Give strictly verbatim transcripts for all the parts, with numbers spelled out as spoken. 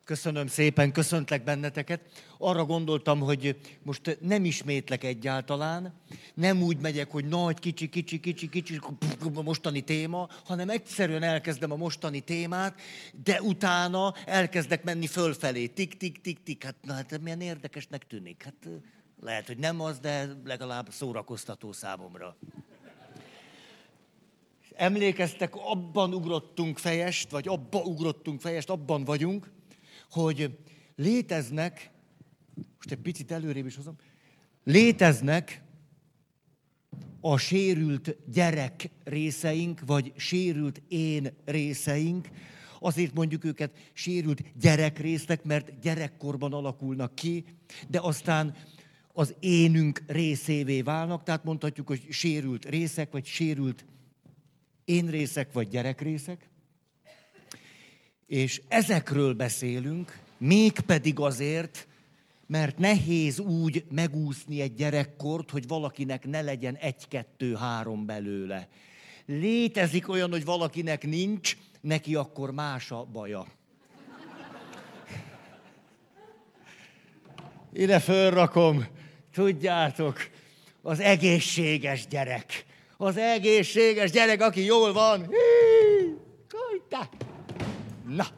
Köszönöm szépen, köszöntlek benneteket. Arra gondoltam, hogy most nem ismétlek egyáltalán, nem úgy megyek, hogy nagy, kicsi, kicsi, kicsi, kicsi, a mostani téma, hanem egyszerűen elkezdem a mostani témát, de utána elkezdek menni fölfelé. Tik, tik, tik, tik. Hát, na, hát milyen érdekesnek tűnik. Hát lehet, hogy nem az, de legalább szórakoztató számomra. Emlékeztek, abban ugrottunk fejest, vagy abba ugrottunk fejest, abban vagyunk, hogy léteznek, most egy picit előrébb is hozom, léteznek a sérült gyerek részeink, vagy sérült én részeink. Azért mondjuk őket sérült gyerekrészek, mert gyerekkorban alakulnak ki, de aztán az énünk részévé válnak, tehát mondhatjuk, hogy sérült részek, vagy sérült én részek, vagy gyerekrészek. És ezekről beszélünk, mégpedig azért, mert nehéz úgy megúszni egy gyerekkort, hogy valakinek ne legyen egy-kettő-három belőle. Létezik olyan, hogy valakinek nincs, neki akkor más a baja. Ide fölrakom, tudjátok, az egészséges gyerek. Az egészséges gyerek, aki jól van. Hí, na.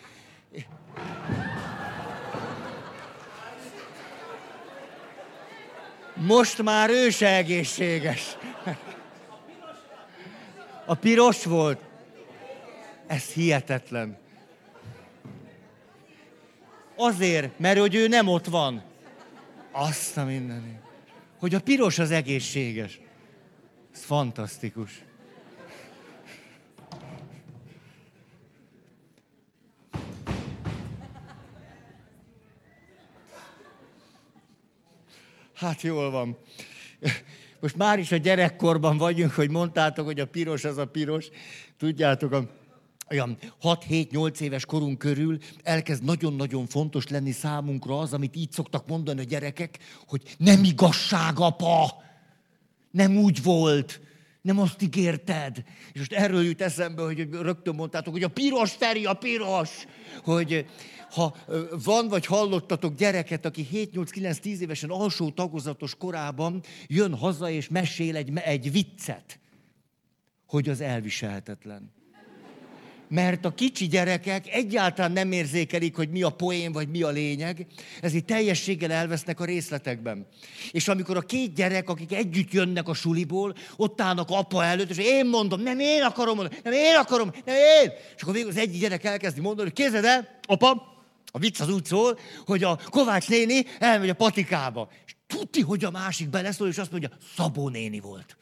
Most már ő se egészséges. A piros volt. Ez hihetetlen. Azért, mert hogy ő nem ott van. Azt a mindenit. Hogy a piros az egészséges. Ez fantasztikus. Hát jól van. Most már is a gyerekkorban vagyunk, hogy mondtátok, hogy a piros az a piros. Tudjátok, a, olyan hat-hét-nyolc éves korunk körül elkezd nagyon-nagyon fontos lenni számunkra az, amit így szoktak mondani a gyerekek, hogy nem igazság, apa! Nem úgy volt! Nem azt ígérted. És most erről jut eszembe, hogy rögtön mondtátok, hogy a piros, Feri, a piros! Hogy ha van, vagy hallottatok gyereket, aki hét-nyolc-kilenc-tíz évesen alsó tagozatos korában jön haza és mesél egy, egy viccet, hogy az elviselhetetlen. Mert a kicsi gyerekek egyáltalán nem érzékelik, hogy mi a poén, vagy mi a lényeg, ezért teljességgel elvesznek a részletekben. És amikor a két gyerek, akik együtt jönnek a suliból, ott állnak apa előtt, és én mondom, nem én akarom mondani, nem én akarom, nem én. És akkor végül az egyik gyerek elkezdi mondani, hogy képzeld el, apa, a vicc az úgy szól, hogy a Kovács néni elmegy a patikába. És tudti, hogy a másik beleszól, és azt mondja, Szabó néni volt.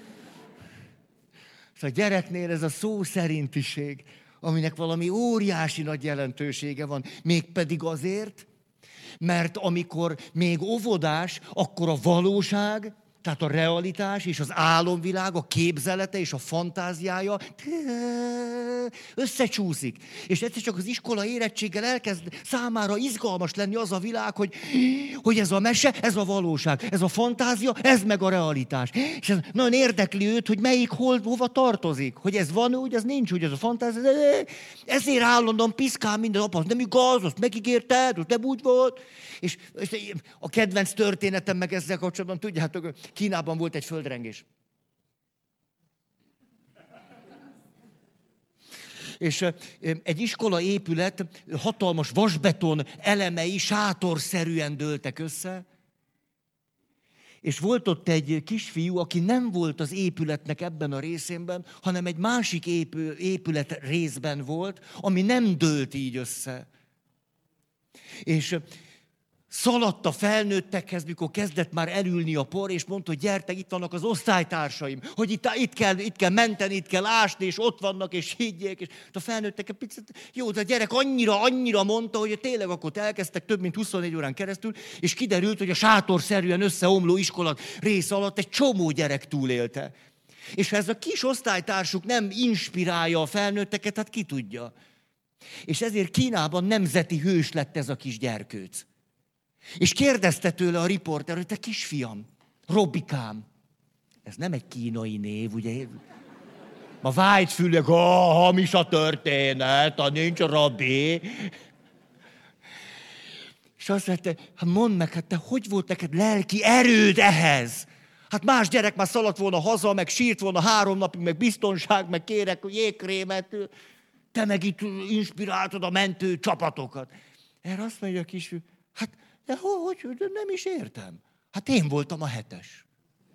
A gyereknél ez a szó szerintiség, aminek valami óriási nagy jelentősége van, mégpedig azért, mert amikor még óvodás, akkor a valóság, tehát a realitás és az álomvilág, a képzelete és a fantáziája összecsúszik. És egyszer csak az iskola érettséggel elkezd számára izgalmas lenni az a világ, hogy, hogy ez a mese, ez a valóság, ez a fantázia, ez meg a realitás. És ez nagyon érdekli őt, hogy melyik hol, hova tartozik. Hogy ez van úgy, ez nincs úgy, ez a fantázia. Ezért állandóan piszkál minden apa, az nem igaz, azt megígérted, az nem úgy volt. És, és a kedvenc történetem meg ezzel kapcsolatban, tudjátok, Kínában volt egy földrengés. És egy iskola épület hatalmas vasbeton elemei sátorszerűen dőltek össze, és volt ott egy kisfiú, aki nem volt az épületnek ebben a részében, hanem egy másik épül, épület részben volt, ami nem dőlt így össze. És szaladt a felnőttekhez, mikor kezdett már elülni a por, és mondta, hogy gyertek, itt vannak az osztálytársaim, hogy itt, itt, kell, itt kell menteni, itt kell ásni, és ott vannak, és higgyék. És a felnőttek egy picit, jó, de a gyerek annyira, annyira mondta, hogy tényleg akkor elkezdtek több mint huszonnégy órán keresztül, és kiderült, hogy a sátorszerűen összeomló iskola rész alatt egy csomó gyerek túlélte. És ha ez a kis osztálytársuk nem inspirálja a felnőtteket, hát ki tudja. És ezért Kínában nemzeti hős lett ez a kis gyerkőc. És kérdezte tőle a riporter, hogy te kisfiam, Robikám, ez nem egy kínai név, ugye? Ma vájtfülek, ah, hamis a történet, a nincs Robi. És azt mondta, hát mondd meg, hát te hogy volt neked lelki erőd ehhez? Hát más gyerek már szaladt volna haza, meg sírt volna három napig, meg biztonság, meg kérek jégkrémet. Te meg itt inspiráltad a mentő csapatokat. Erre azt mondja a kisfiú, hát de hogy, hogy, de nem is értem. Hát én voltam a hetes.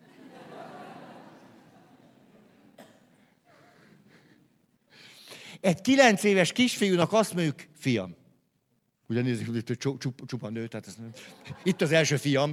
Egy kilenc éves kisfiúnak azt mondjuk, fiam, ugye nézzük, hogy csupa, csupa nő, tehát ez nem. Itt az első fiam.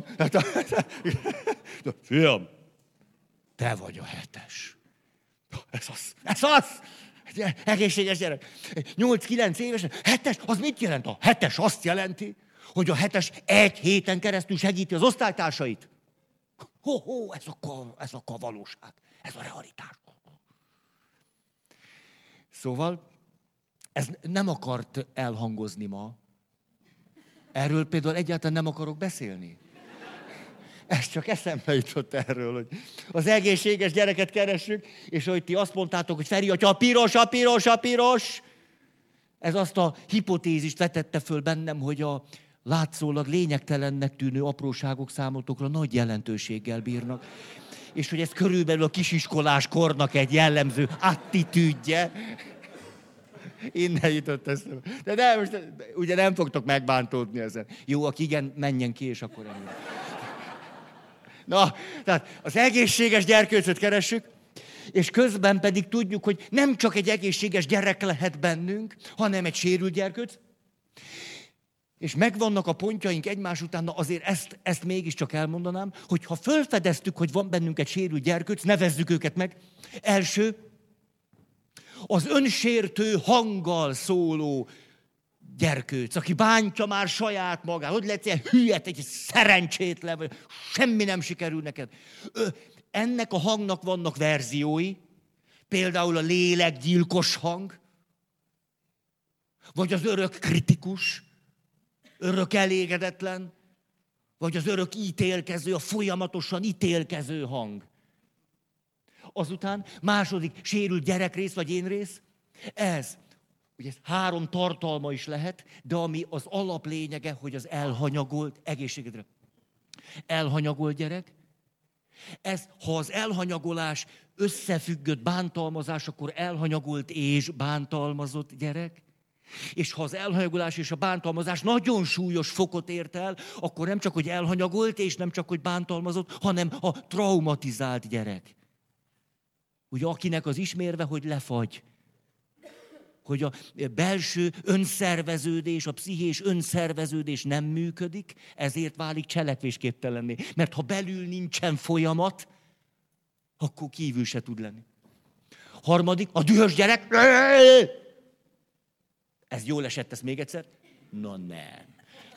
Fiam, te vagy a hetes. Ez az, ez az! Egészséges gyerek. nyolc-kilenc éves, hetes, az mit jelent? A hetes azt jelenti, hogy a hetes egy héten keresztül segíti az osztálytársait. Ho-ho, ez a, ez a valóság, ez a realitás. Szóval, ez nem akart elhangozni ma. Erről például egyáltalán nem akarok beszélni. Ez csak eszembe jutott erről, hogy az egészséges gyereket keressük, és hogy ti azt mondtátok, hogy Feri atya, a piros, a piros, a piros. Ez azt a hipotézist vetette föl bennem, hogy a látszólag lényegtelennek tűnő apróságok számotokra nagy jelentőséggel bírnak. És hogy ez körülbelül a kisiskolás kornak egy jellemző attitűdje. Innen jutott eszembe. De nem, most ugye nem fogtok megbántódni ezen. Jó, aki igen, menjen ki, és akkor ennyi. Na, tehát az egészséges gyerkőcöt keressük, és közben pedig tudjuk, hogy nem csak egy egészséges gyerek lehet bennünk, hanem egy sérült gyerkőc. És megvannak a pontjaink egymás után, na azért ezt, ezt mégiscsak elmondanám, hogy ha felfedeztük, hogy van bennünk egy sérült gyerkőc, nevezzük őket meg. Első, az önsértő hanggal szóló gyerkőc, aki bántja már saját magát. Hogy lehet ilyen hülye, egy szerencsétlen, vagy semmi nem sikerül neked. Ö, ennek a hangnak vannak verziói, például a lélekgyilkos hang, vagy az örök kritikus, örök elégedetlen, vagy az örök ítélkező, a folyamatosan ítélkező hang. Azután második sérült gyerekrész, vagy én rész, ez. Ugye ez három tartalma is lehet, de ami az alaplényege, hogy az elhanyagolt, egészségedre, elhanyagolt gyerek. Ez, ha az elhanyagolás összefüggött bántalmazás, akkor elhanyagolt és bántalmazott gyerek. És ha az elhanyagolás és a bántalmazás nagyon súlyos fokot ért el, akkor nem csak, hogy elhanyagolt, és nem csak, hogy bántalmazott, hanem a traumatizált gyerek. Ugye akinek az ismérve, hogy lefagy. Hogy a belső önszerveződés, a pszichés önszerveződés nem működik, ezért válik cselekvésképtelenné. Mert ha belül nincsen folyamat, akkor kívül se tud lenni. Harmadik, a dühös gyerek. Ez jól esett, ez még egyszer? Na nem.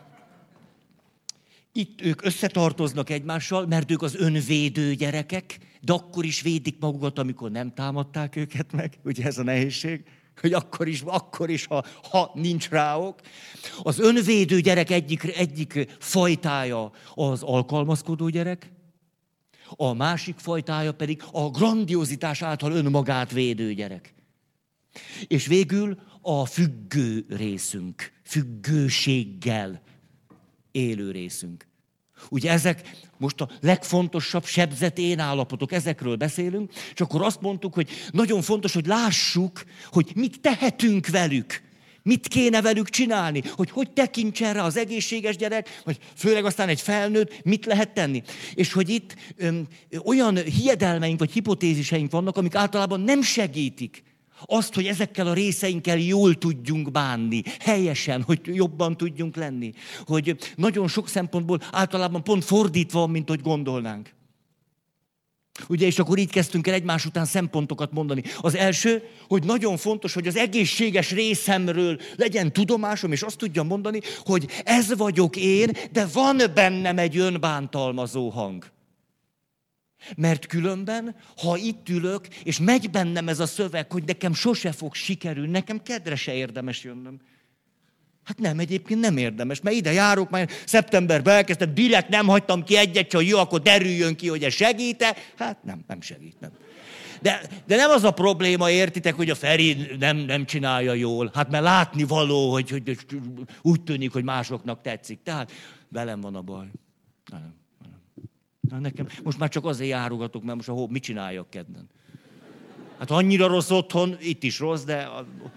Itt ők összetartoznak egymással, mert ők az önvédő gyerekek, de akkor is védik magukat, amikor nem támadták őket meg. Ugye ez a nehézség? Hogy akkor is, akkor is ha, ha nincs rá ok. Az önvédő gyerek egyik, egyik fajtája az alkalmazkodó gyerek, a másik fajtája pedig a grandiozitás által önmagát védő gyerek. És végül a függő részünk, függőséggel élő részünk. Ugye ezek most a legfontosabb sebzett én állapotok, ezekről beszélünk, és akkor azt mondtuk, hogy nagyon fontos, hogy lássuk, hogy mit tehetünk velük, mit kéne velük csinálni, hogy hogy tekints erre az egészséges gyerek, vagy főleg aztán egy felnőtt, mit lehet tenni. És hogy itt öm, olyan hiedelmeink vagy hipotéziseink vannak, amik általában nem segítik azt, hogy ezekkel a részeinkkel jól tudjunk bánni, helyesen, hogy jobban tudjunk lenni. Hogy nagyon sok szempontból általában pont fordítva van, mint hogy gondolnánk. Ugye, és akkor így kezdtünk el egymás után szempontokat mondani. Az első, hogy nagyon fontos, hogy az egészséges részemről legyen tudomásom, és azt tudjam mondani, hogy ez vagyok én, de van bennem egy önbántalmazó hang. Mert különben, ha itt ülök, és megy bennem ez a szöveg, hogy nekem sose fog sikerülni, nekem kedre se érdemes jönnöm. Hát nem, egyébként nem érdemes, mert ide járok, már szeptemberben elkezdtem, direkt nem hagytam ki egyet, csak jó, akkor derüljön ki, hogy ez segít-e. Hát nem, nem segít, nem. de, de nem az a probléma, értitek, hogy a Feri nem, nem csinálja jól. Hát mert látni való, hogy, hogy úgy tűnik, hogy másoknak tetszik. Tehát velem van a baj. Nem, nem. Na, nekem most már csak azért járogatok, mert most ahol mit csináljak kedden. Hát annyira rossz otthon, itt is rossz, de...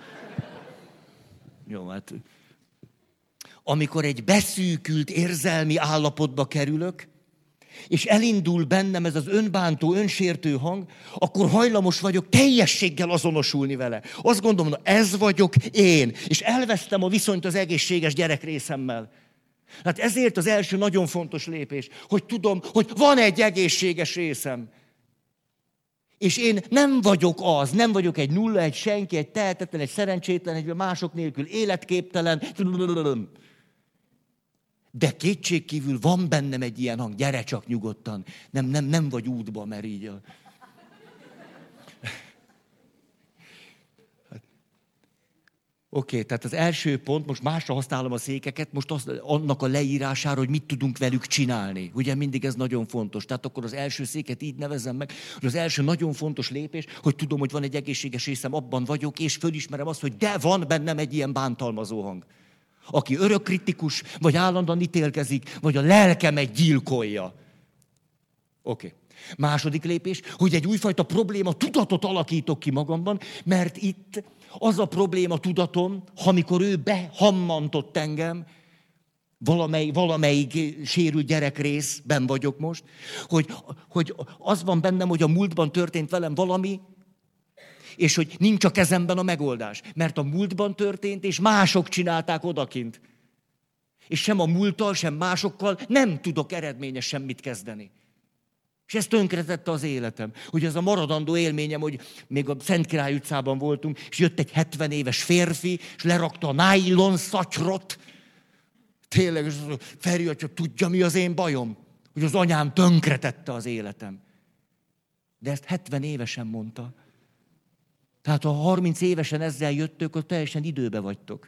Jó, hát... Amikor egy beszűkült érzelmi állapotba kerülök, és elindul bennem ez az önbántó, önsértő hang, akkor hajlamos vagyok teljességgel azonosulni vele. Azt gondolom, na ez vagyok én, és elvesztem a viszonyt az egészséges gyerekrészemmel. Hát ezért az első nagyon fontos lépés, hogy tudom, hogy van egy egészséges részem. És én nem vagyok az, nem vagyok egy nulla, egy senki, egy tehetetlen, egy szerencsétlen, egy mások nélkül életképtelen. De kétségkívül van bennem egy ilyen hang, gyere csak nyugodtan, nem, nem, nem vagy útba, mert így a... Oké, okay, tehát az első pont, most másra használom a székeket, most az, annak a leírására, hogy mit tudunk velük csinálni. Ugye mindig ez nagyon fontos. Tehát akkor az első széket így nevezem meg, hogy az első nagyon fontos lépés, hogy tudom, hogy van egy egészséges részem, abban vagyok, és fölismerem azt, hogy de van bennem egy ilyen bántalmazó hang. Aki örökkritikus, vagy állandóan ítélkezik, vagy a lelkemet gyilkolja. Oké. Okay. Második lépés, hogy egy újfajta probléma tudatot alakítok ki magamban, mert itt az a probléma tudatom, amikor ő behammantott engem, valamely, valamelyik sérült gyerekrészben vagyok most, hogy, hogy az van bennem, hogy a múltban történt velem valami, és hogy nincs a kezemben a megoldás. Mert a múltban történt, és mások csinálták odakint. És sem a múlttal, sem másokkal nem tudok eredményes semmit kezdeni. És ez tönkretette az életem. Hogy ez a maradandó élményem, hogy még a Szent Király utcában voltunk, és jött egy hetven éves férfi, és lerakta a nájlon szatyrot. Tényleg, és Feri atya, tudja, mi az én bajom? Hogy az anyám tönkretette az életem. De ezt hetven évesen mondta. Tehát ha harminc évesen ezzel jöttök, akkor teljesen időbe vagytok.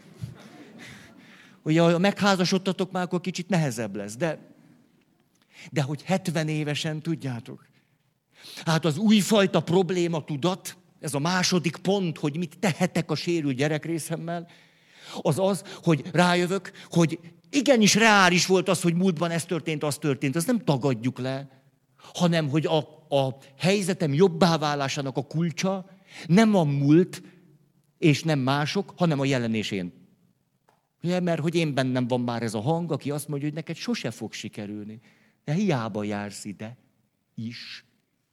Ugye, ha megházasodtatok, már akkor kicsit nehezebb lesz, de... De hogy hetven évesen, tudjátok. Hát az újfajta probléma tudat, ez a második pont, hogy mit tehetek a sérült gyerekrészemmel, az az, hogy rájövök, hogy igenis reális volt az, hogy múltban ez történt, az történt. Azt nem tagadjuk le, hanem hogy a, a helyzetem jobbá válásának a kulcsa nem a múlt, és nem mások, hanem a jelen és én. Ugye, mert hogy én bennem van már ez a hang, aki azt mondja, hogy neked sose fog sikerülni. De hiába jársz ide is.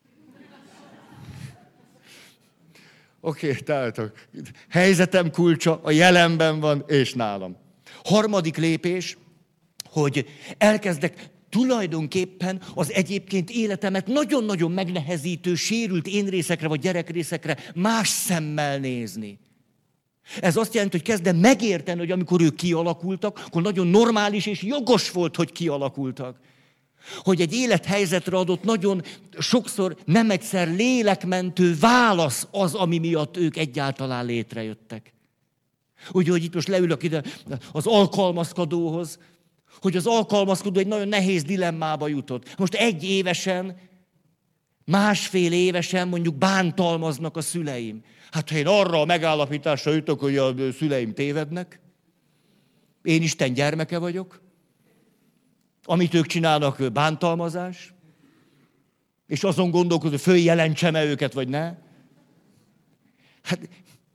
Oké, okay, tehát a helyzetem kulcsa a jelenben van, és nálam. Harmadik lépés, hogy elkezdek tulajdonképpen az egyébként életemet nagyon-nagyon megnehezítő, sérült énrészekre vagy gyerekrészekre más szemmel nézni. Ez azt jelenti, hogy kezdem megérteni, hogy amikor ők kialakultak, akkor nagyon normális és jogos volt, hogy kialakultak. Hogy egy élethelyzetre adott nagyon sokszor nem egyszer lélekmentő válasz az, ami miatt ők egyáltalán létrejöttek. Úgy, hogy itt most leülök ide az alkalmazkodóhoz, hogy az alkalmazkodó egy nagyon nehéz dilemmába jutott. Most egy évesen, másfél évesen mondjuk bántalmaznak a szüleim. Hát ha én arra a megállapításra jutok, hogy a szüleim tévednek, én Isten gyermeke vagyok, amit ők csinálnak, bántalmazás, és azon gondolkozom, hogy följelentsem-e őket, vagy ne. Hát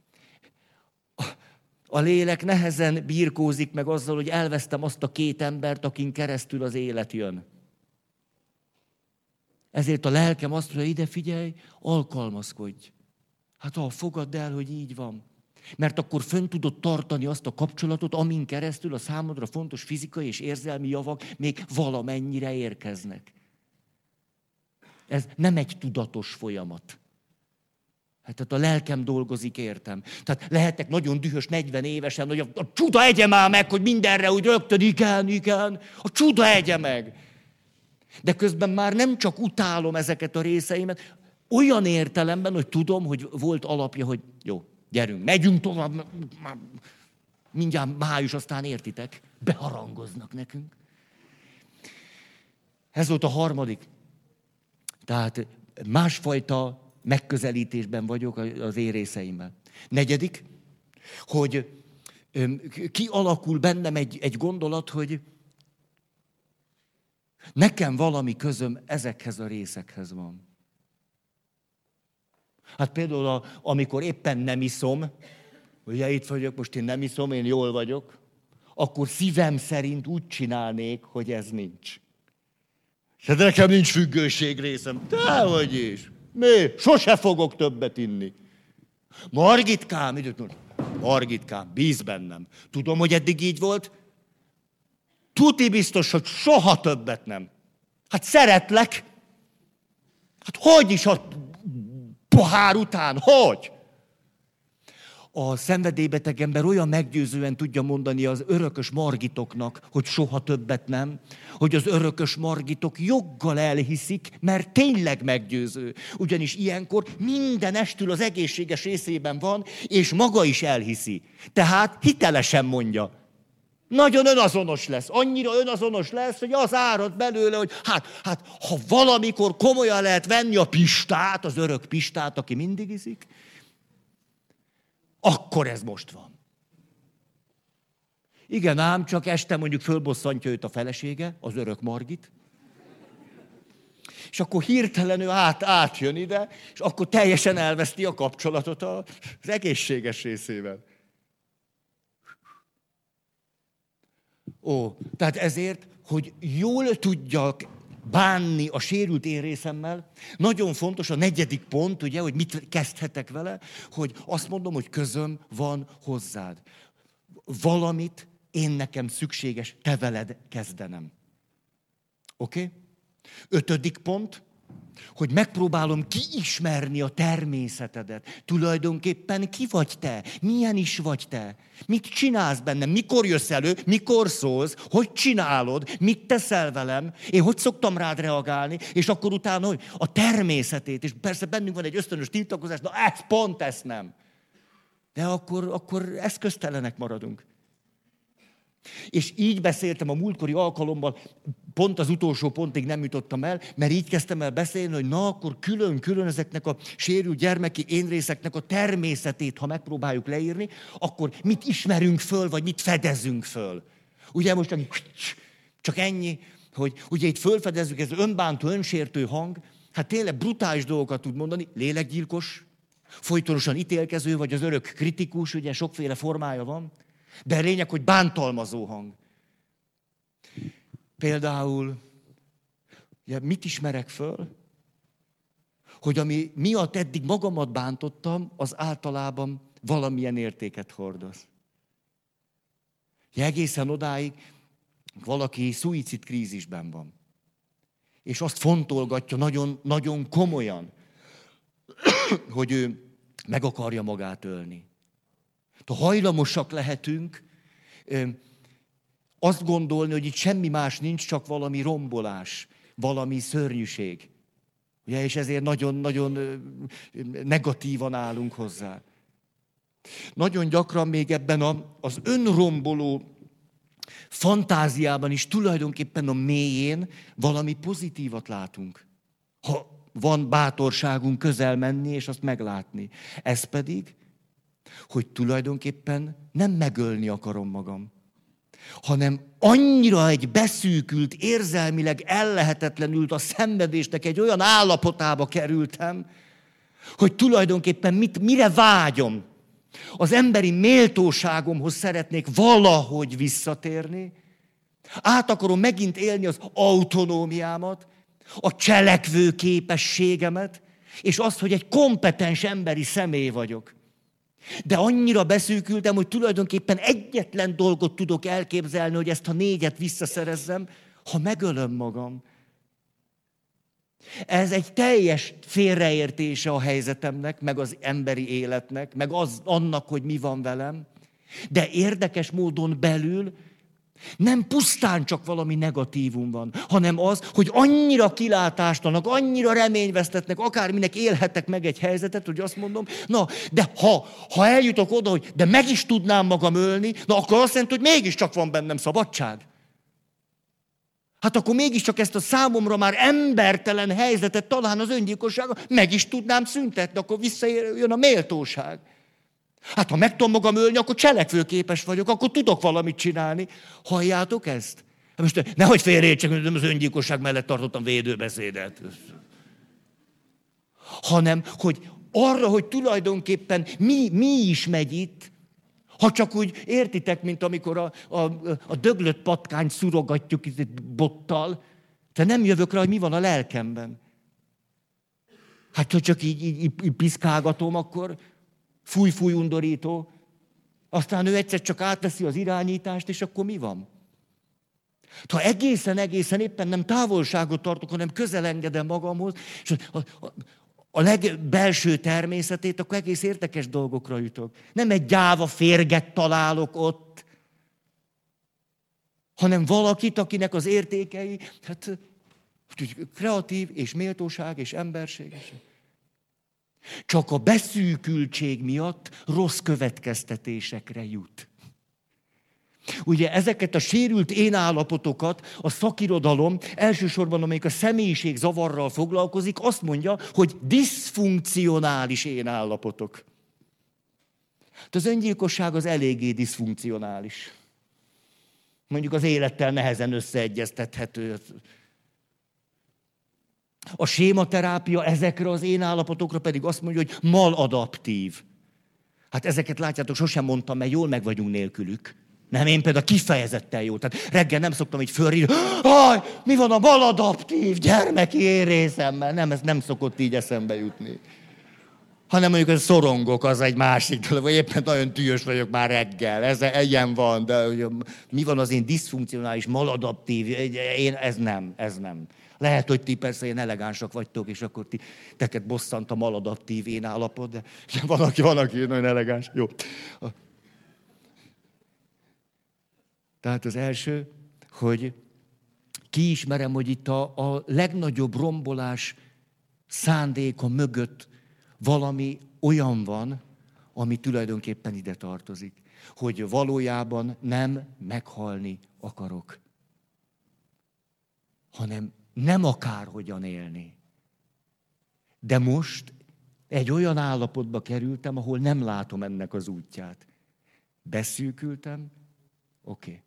a lélek nehezen birkózik meg azzal, hogy elvesztem azt a két embert, akin keresztül az élet jön. Ezért a lelkem azt mondja, ide figyelj, alkalmazkodj. Hát ha fogadd el, hogy így van. Mert akkor fönn tudod tartani azt a kapcsolatot, amin keresztül a számodra fontos fizikai és érzelmi javak még valamennyire érkeznek. Ez nem egy tudatos folyamat. Hát tehát a lelkem dolgozik, értem. Tehát lehetek nagyon dühös negyven évesen, hogy a, a csuda egye már meg, hogy mindenre úgy rögtön, igen, igen, a csuda egye meg. De közben már nem csak utálom ezeket a részeimet, olyan értelemben, hogy tudom, hogy volt alapja, hogy jó, gyerünk, megyünk tovább, mindjárt május, aztán értitek, beharangoznak nekünk. Ez volt a harmadik. Tehát másfajta megközelítésben vagyok az én részeimmel. Negyedik, hogy kialakul bennem egy, egy gondolat, hogy nekem valami közöm ezekhez a részekhez van. Hát például, amikor éppen nem iszom, ugye itt vagyok, most én nem iszom, én jól vagyok, akkor szívem szerint úgy csinálnék, hogy ez nincs. De nekem nincs függőség részem. Dehogy is. Mi? Sose fogok többet inni. Margitkám, Margitkám, bíz bennem. Tudom, hogy eddig így volt. Tuti biztos, hogy soha többet nem. Hát szeretlek. Hát hogy is a pohár után? Hogy? A szenvedélybeteg ember olyan meggyőzően tudja mondani az örökös margitoknak, hogy soha többet nem, hogy az örökös margitok joggal elhiszik, mert tényleg meggyőző. Ugyanis ilyenkor minden estül az egészséges részében van, és maga is elhiszi. Tehát hitelesen mondja. Nagyon önazonos lesz. Annyira önazonos lesz, hogy az árad belőle, hogy hát, hát ha valamikor komolyan lehet venni a pistát, az örök pistát, aki mindig iszik, akkor ez most van. Igen ám, csak este mondjuk fölbosszantja őt a felesége, az örök Margit, és akkor hirtelen ő át, átjön ide, és akkor teljesen elveszti a kapcsolatot az egészséges részével. Ó, tehát ezért, hogy jól tudjak bánni a sérült én részemmel, nagyon fontos a negyedik pont, ugye, hogy mit kezdhetek vele, hogy azt mondom, hogy közöm van hozzád. Valamit én nekem szükséges te veled kezdenem. Oké? Okay? Ötödik pont, hogy megpróbálom kiismerni a természetedet. Tulajdonképpen ki vagy te? Milyen is vagy te? Mit csinálsz bennem? Mikor jössz elő? Mikor szólsz? Hogy csinálod? Mit teszel velem? Én hogy szoktam rád reagálni? És akkor utána hogy a természetét. És persze bennünk van egy ösztönös tiltakozás, na ez pont ezt nem. De akkor, akkor eszköztelenek maradunk. És így beszéltem a múltkori alkalommal, pont az utolsó pontig nem jutottam el, mert így kezdtem el beszélni, hogy na, akkor külön-külön ezeknek a sérült gyermeki énrészeknek a természetét, ha megpróbáljuk leírni, akkor mit ismerünk föl, vagy mit fedezünk föl. Ugye most csak, csak ennyi, hogy ugye itt fölfedezzük, ez önbántó, önsértő hang, hát tényleg brutális dolgokat tud mondani, lélekgyilkos, folytonosan ítélkező, vagy az örök kritikus, ugye sokféle formája van. De a lényeg, hogy bántalmazó hang. Például, ugye, mit ismerek föl? Hogy ami miatt eddig magamat bántottam, az általában valamilyen értéket hordoz. Ugye, egészen odáig valaki szuicid krízisben van. És azt fontolgatja nagyon, nagyon komolyan, hogy ő meg akarja magát ölni. Hajlamosak lehetünk azt gondolni, hogy itt semmi más nincs, csak valami rombolás, valami szörnyűség. Ugye, és ezért nagyon-nagyon negatívan állunk hozzá. Nagyon gyakran még ebben a, az önromboló fantáziában is tulajdonképpen a mélyén valami pozitívat látunk. Ha van bátorságunk közel menni és azt meglátni. Ez pedig, hogy tulajdonképpen nem megölni akarom magam, hanem annyira egy beszűkült, érzelmileg ellehetetlenült a szenvedésnek egy olyan állapotába kerültem, hogy tulajdonképpen mit, mire vágyom. Az emberi méltóságomhoz szeretnék valahogy visszatérni, át akarom megint élni az autonómiámat, a cselekvő képességemet, és azt, hogy egy kompetens emberi személy vagyok. De annyira beszűkültem, hogy tulajdonképpen egyetlen dolgot tudok elképzelni, hogy ezt a négyet visszaszerezzem, ha megölöm magam. Ez egy teljes félreértése a helyzetemnek, meg az emberi életnek, meg az, annak, hogy mi van velem. De érdekes módon belül nem pusztán csak valami negatívum van, hanem az, hogy annyira kilátástalanok, annyira reményvesztetnek, akárminek élhetek meg egy helyzetet, hogy azt mondom, na, de ha, ha eljutok oda, hogy de meg is tudnám magam ölni, na akkor azt jelenti, hogy mégiscsak van bennem szabadság. Hát akkor mégiscsak ezt a számomra már embertelen helyzetet talán az öngyilkossága meg is tudnám szüntetni, akkor visszajön a méltóság. Hát ha meg tudom magam ölni, akkor cselekvőképes vagyok, akkor tudok valamit csinálni. Halljátok ezt? Most nehogy félreértsek, hogy nem az öngyilkosság mellett tartottam védőbeszédet. Hanem, hogy arra, hogy tulajdonképpen mi, mi is megy itt, ha csak úgy értitek, mint amikor a, a, a döglött patkányt szurogatjuk itt bottal, de nem jövök rá, hogy mi van a lelkemben. Hát, ha csak így, így, így piszkálgatom, akkor fúj-fúj undorító. Aztán ő egyszer csak átveszi az irányítást, és akkor mi van? Ha egészen-egészen éppen nem távolságot tartok, hanem közel engedem magamhoz, és a, a, a legbelső természetét, akkor egész érdekes dolgokra jutok. Nem egy gyáva férget találok ott, hanem valakit, akinek az értékei, hát kreatív és méltóság és emberség. Csak a beszűkültség miatt rossz következtetésekre jut. Ugye ezeket a sérült énállapotokat a szakirodalom, elsősorban amelyik a személyiség zavarral foglalkozik, azt mondja, hogy diszfunkcionális énállapotok. Az öngyilkosság az eléggé diszfunkcionális. Mondjuk az élettel nehezen összeegyeztethető. A sématerápia ezekre az énállapotokra pedig azt mondja, hogy maladaptív. Hát ezeket látjátok, sosem mondtam, mert jól meg vagyunk nélkülük. Nem, én például kifejezetten jó. Tehát reggel nem szoktam így fölírni, hogy mi van a maladaptív gyermeki én részemmel. Nem, ez nem szokott így eszembe jutni. Hanem mondjuk, hogy szorongok, az egy másik dolog, vagy éppen nagyon tűjös vagyok már reggel. Ez ilyen van, de mi van az én diszfunkcionális, maladaptív, én, ez nem, ez nem. Lehet, hogy ti persze ilyen elegánsak vagytok, és akkor ti, teket bosszant a maladaptív én állapot, de van, aki, van, aki nagyon elegáns. Jó. Tehát az első, hogy kiismerem, hogy itt a, a legnagyobb rombolás szándéka mögött valami olyan van, ami tulajdonképpen ide tartozik. Hogy valójában nem meghalni akarok, hanem nem akárhogyan élni. De most egy olyan állapotba kerültem, ahol nem látom ennek az útját. Beszűkültem, oké. Okay.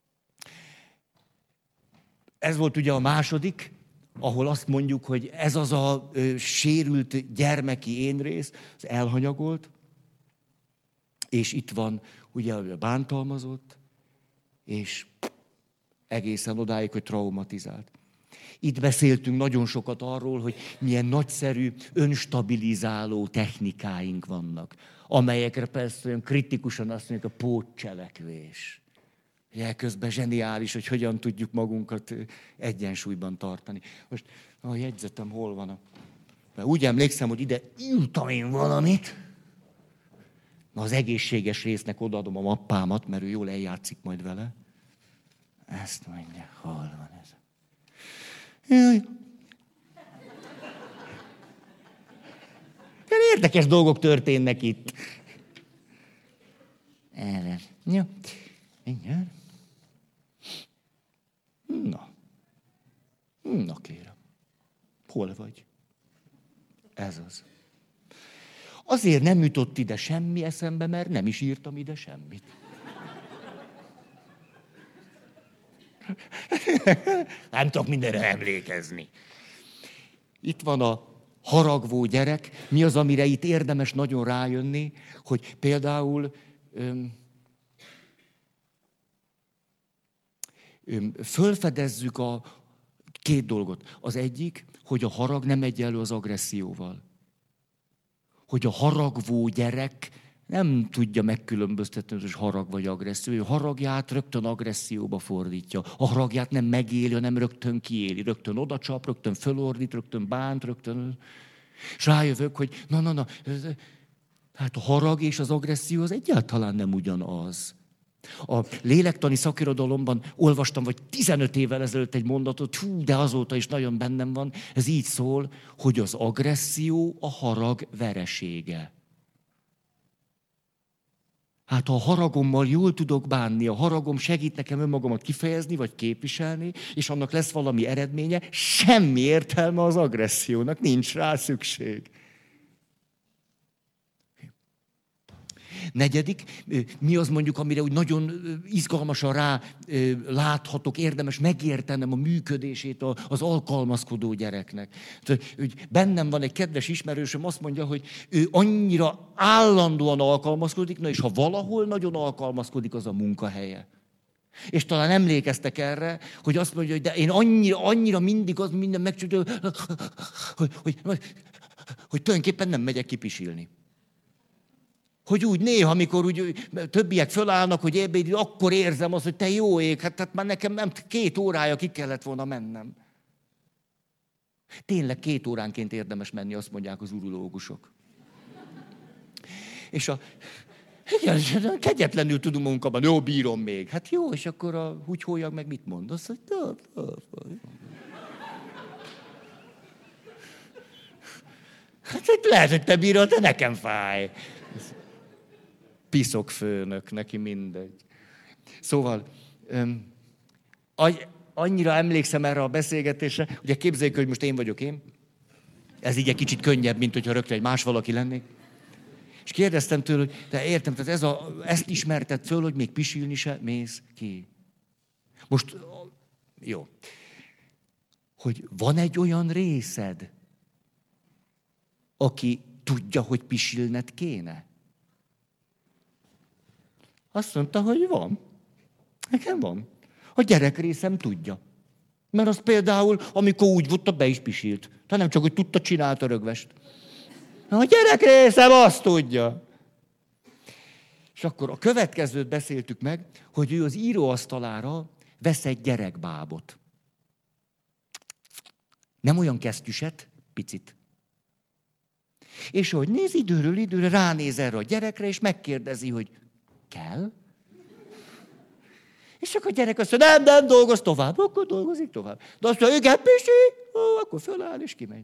Ez volt ugye a második, ahol azt mondjuk, hogy ez az a ö, sérült gyermeki énrész, az elhanyagolt, és itt van ugye a bántalmazott, és egészen odáig, hogy traumatizált. Itt beszéltünk nagyon sokat arról, hogy milyen nagyszerű, önstabilizáló technikáink vannak, amelyekre persze olyan kritikusan azt mondjuk a pótcselekvés. Elközben zseniális, hogy hogyan tudjuk magunkat egyensúlyban tartani. Most a jegyzetem hol van? A... Mert úgy emlékszem, hogy ide írtam én valamit. Na, az egészséges résznek odaadom a mappámat, mert ő jól eljátszik majd vele. Ezt mondja, hol van ez? Jaj. Érdekes dolgok történnek itt. Erre. Jó. Igen. Na. Na kérem. Hol vagy? Ez az. Azért nem jutott ide semmi eszembe, mert nem is írtam ide semmit. Nem tudok mindenre emlékezni. Itt van a haragvó gyerek. Mi az, amire itt érdemes nagyon rájönni, hogy például öm, öm, fölfedezzük a két dolgot. Az egyik, hogy a harag nem egyenlő az agresszióval. Hogy a haragvó gyerek nem tudja megkülönböztetni, hogy harag vagy agresszió. A haragját rögtön agresszióba fordítja. A haragját nem megéli, hanem rögtön kiéli. Rögtön odacsap, rögtön fölordít, rögtön bánt, rögtön... És rájövök, hogy na, na, na, hát a harag és az agresszió az egyáltalán nem ugyanaz. A lélektani szakirodalomban olvastam, vagy tizenöt évvel ezelőtt egy mondatot, hú, de azóta is nagyon bennem van, ez így szól, hogy az agresszió a harag veresége. Hát ha a haragommal jól tudok bánni, a haragom segít nekem önmagamat kifejezni, vagy képviselni, és annak lesz valami eredménye, semmi értelme az agressziónak, nincs rá szükség. Negyedik, mi az mondjuk, amire úgy nagyon izgalmasan rá láthatok, érdemes megértenem a működését az alkalmazkodó gyereknek. Bennem van egy kedves ismerősöm, azt mondja, hogy ő annyira állandóan alkalmazkodik, na és ha valahol nagyon alkalmazkodik, az a munkahelye. És talán emlékeztek erre, hogy azt mondja, hogy de én annyira, annyira mindig az minden megcsodol, hogy, hogy, hogy, hogy tulajdonképpen nem megyek kipisilni. Hogy úgy néha, amikor úgy többiek fölállnak, hogy ebéd, akkor érzem azt, hogy te jó ég, hát, hát már nekem nem két órája ki kellett volna mennem. Tényleg két óránként érdemes menni, azt mondják az urológusok. És a... Igen, kegyetlenül tudunk munkában, jó, bírom még. Hát jó, és akkor a húgyhólyag meg mit mond? Azt, hogy... Hát lehet, hogy te bírod, de nekem fáj. Piszok főnök, neki mindegy. Szóval, öm, annyira emlékszem erre a beszélgetésre, ugye képzeljük, hogy most én vagyok én. Ez így egy kicsit könnyebb, mint hogyha rögtön egy más valaki lennék. És kérdeztem tőle, hogy de értem, tehát ez a, ezt ismerted föl, hogy még pisilni se mész ki. Most, jó. Hogy van egy olyan részed, aki tudja, hogy pisilned kéne? Azt mondta, hogy van. Nekem van. A gyerek részem tudja. Mert az például, amikor úgy volt, be is pisilt. Tehát nem csak, hogy tudta, csinálta a rögvest. A gyerek részem azt tudja. És akkor a következőt beszéltük meg, hogy ő az íróasztalára vesz egy gyerekbábot. Nem olyan kesztyüset, picit. És hogy néz időről időre, ránéz erre a gyerekre, és megkérdezi, hogy kell? És akkor a gyerek azt mondja, nem, nem, dolgoz tovább. Akkor dolgozik tovább. De azt mondja, igen, pisi, ó, akkor föláll és kimegy.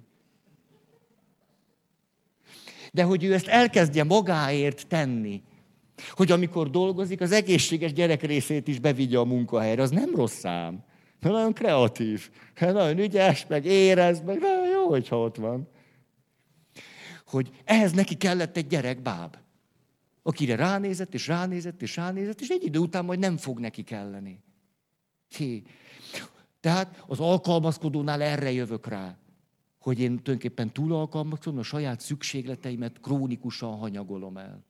De hogy ő ezt elkezdje magáért tenni, hogy amikor dolgozik, az egészséges gyerek részét is bevigye a munkahelyre, az nem rossz szám. Nagyon kreatív, nagyon ügyes, meg érez, meg nagyon jó, hogyha ott van. Hogy ehhez neki kellett egy gyerekbáb, akire ránézett, és ránézett, és ránézett, és egy idő után majd nem fog neki kelleni. Hé. Tehát az alkalmazkodónál erre jövök rá, hogy én tulajdonképpen túl alkalmazkodom, a saját szükségleteimet krónikusan hanyagolom el.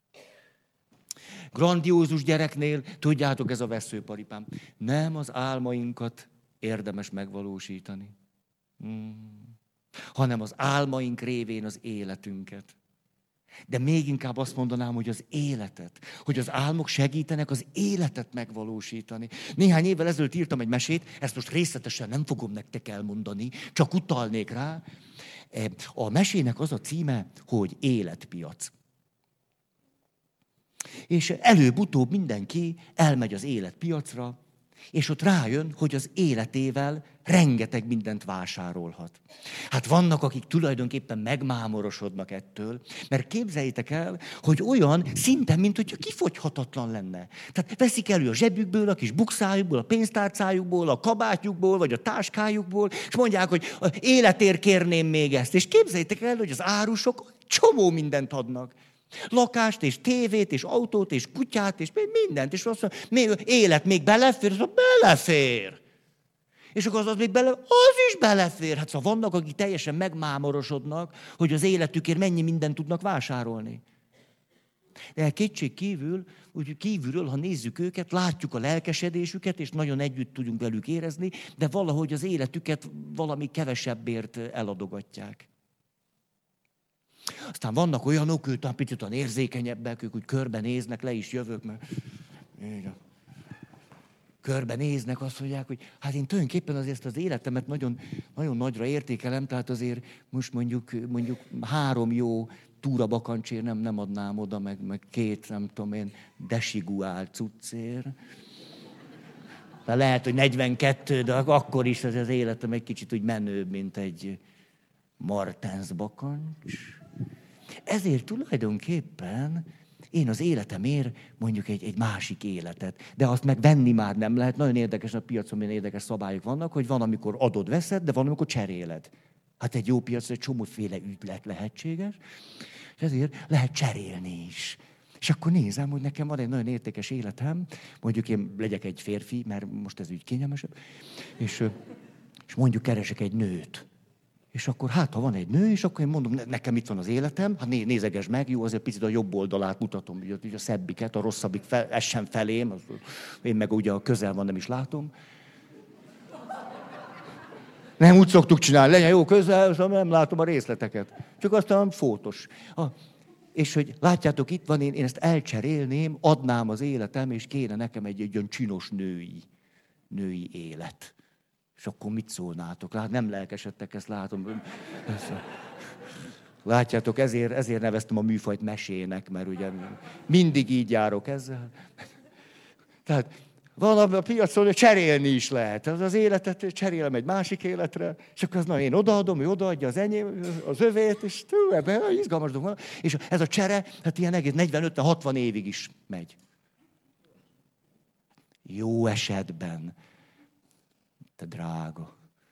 Grandiózus gyereknél, tudjátok, ez a veszőparipám, nem az álmainkat érdemes megvalósítani, hmm. hanem az álmaink révén az életünket. De még inkább azt mondanám, hogy az életet, hogy az álmok segítenek az életet megvalósítani. Néhány évvel ezelőtt írtam egy mesét, ezt most részletesen nem fogom nektek elmondani, csak utalnék rá. A mesének az a címe, hogy Életpiac. És előbb-utóbb mindenki elmegy az életpiacra, és ott rájön, hogy az életével rengeteg mindent vásárolhat. Hát vannak, akik tulajdonképpen megmámorosodnak ettől, mert képzeljétek el, hogy olyan szinte, mint hogyha kifogyhatatlan lenne. Tehát veszik elő a zsebükből, a kis bukszájukból, a pénztárcájukból, a kabátjukból, vagy a táskájukból, és mondják, hogy életért kérném még ezt. És képzeljétek el, hogy az árusok csomó mindent adnak. Lakást, és tévét, és autót, és kutyát, és mindent. És azt mondja, még élet még belefér? Azt mondja, belefér. És akkor az, az még bele, az is belefér. Hát szóval vannak, akik teljesen megmámorosodnak, hogy az életükért mennyi mindent tudnak vásárolni. De kétség kívül, úgy kívülről, ha nézzük őket, látjuk a lelkesedésüket, és nagyon együtt tudunk velük érezni, de valahogy az életüket valami kevesebbért eladogatják. Aztán vannak olyanok, ők talán picit olyan érzékenyebbek, ők úgy körbenéznek, le is jövök, mert körbenéznek, azt mondják, hogy hát én tulajdonképpen azért az életemet nagyon, nagyon nagyra értékelem, tehát azért most mondjuk, mondjuk három jó túrabakancsért nem, nem adnám oda, meg, meg két, nem tudom én, desiguál cuccér. De lehet, hogy negyvenkettő, de akkor is az, az életem egy kicsit úgy menőbb, mint egy Martens bakancs. Ezért tulajdonképpen én az életemért mondjuk egy, egy másik életet. De azt meg venni már nem lehet. Nagyon érdekes, a piacon milyen érdekes szabályok vannak, hogy van, amikor adod, veszed, de van, amikor cseréled. Hát egy jó piacon egy csomóféle ügylet lehetséges, és ezért lehet cserélni is. És akkor nézem, hogy nekem van egy nagyon értékes életem, mondjuk én legyek egy férfi, mert most ez úgy kényelmesebb, és, és mondjuk keresek egy nőt. És akkor hát, ha van egy nő, és akkor én mondom, nekem itt van az életem, hát né, nézegesd meg, jó, azért picit a jobb oldalát mutatom, ugye a szebbiket, a rosszabbik fel, essen felém, az, én meg ugye a közel van, nem is látom. Nem úgy szoktuk csinálni, legyen jó közel, nem látom a részleteket. Csak aztán fótos. A, és hogy látjátok, itt van, én, én ezt elcserélném, adnám az életem, és kéne nekem egy, egy olyan csinos női, női élet. És akkor mit szólnátok? Lát, nem lelkesedtek, ezt látom. Látjátok, ezért, ezért neveztem a műfajt mesének, mert ugye mindig így járok ezzel. Tehát van a piacon, hogy cserélni is lehet. Az, az életet cserélem egy másik életre, és akkor az, na, én odaadom, ő odaadja az enyém, az övét, és tű, ebben izgalmas dolog van. És ez a csere, hát ilyen egész negyven-ötven-hatvan évig is megy. Jó esetben. Te drága.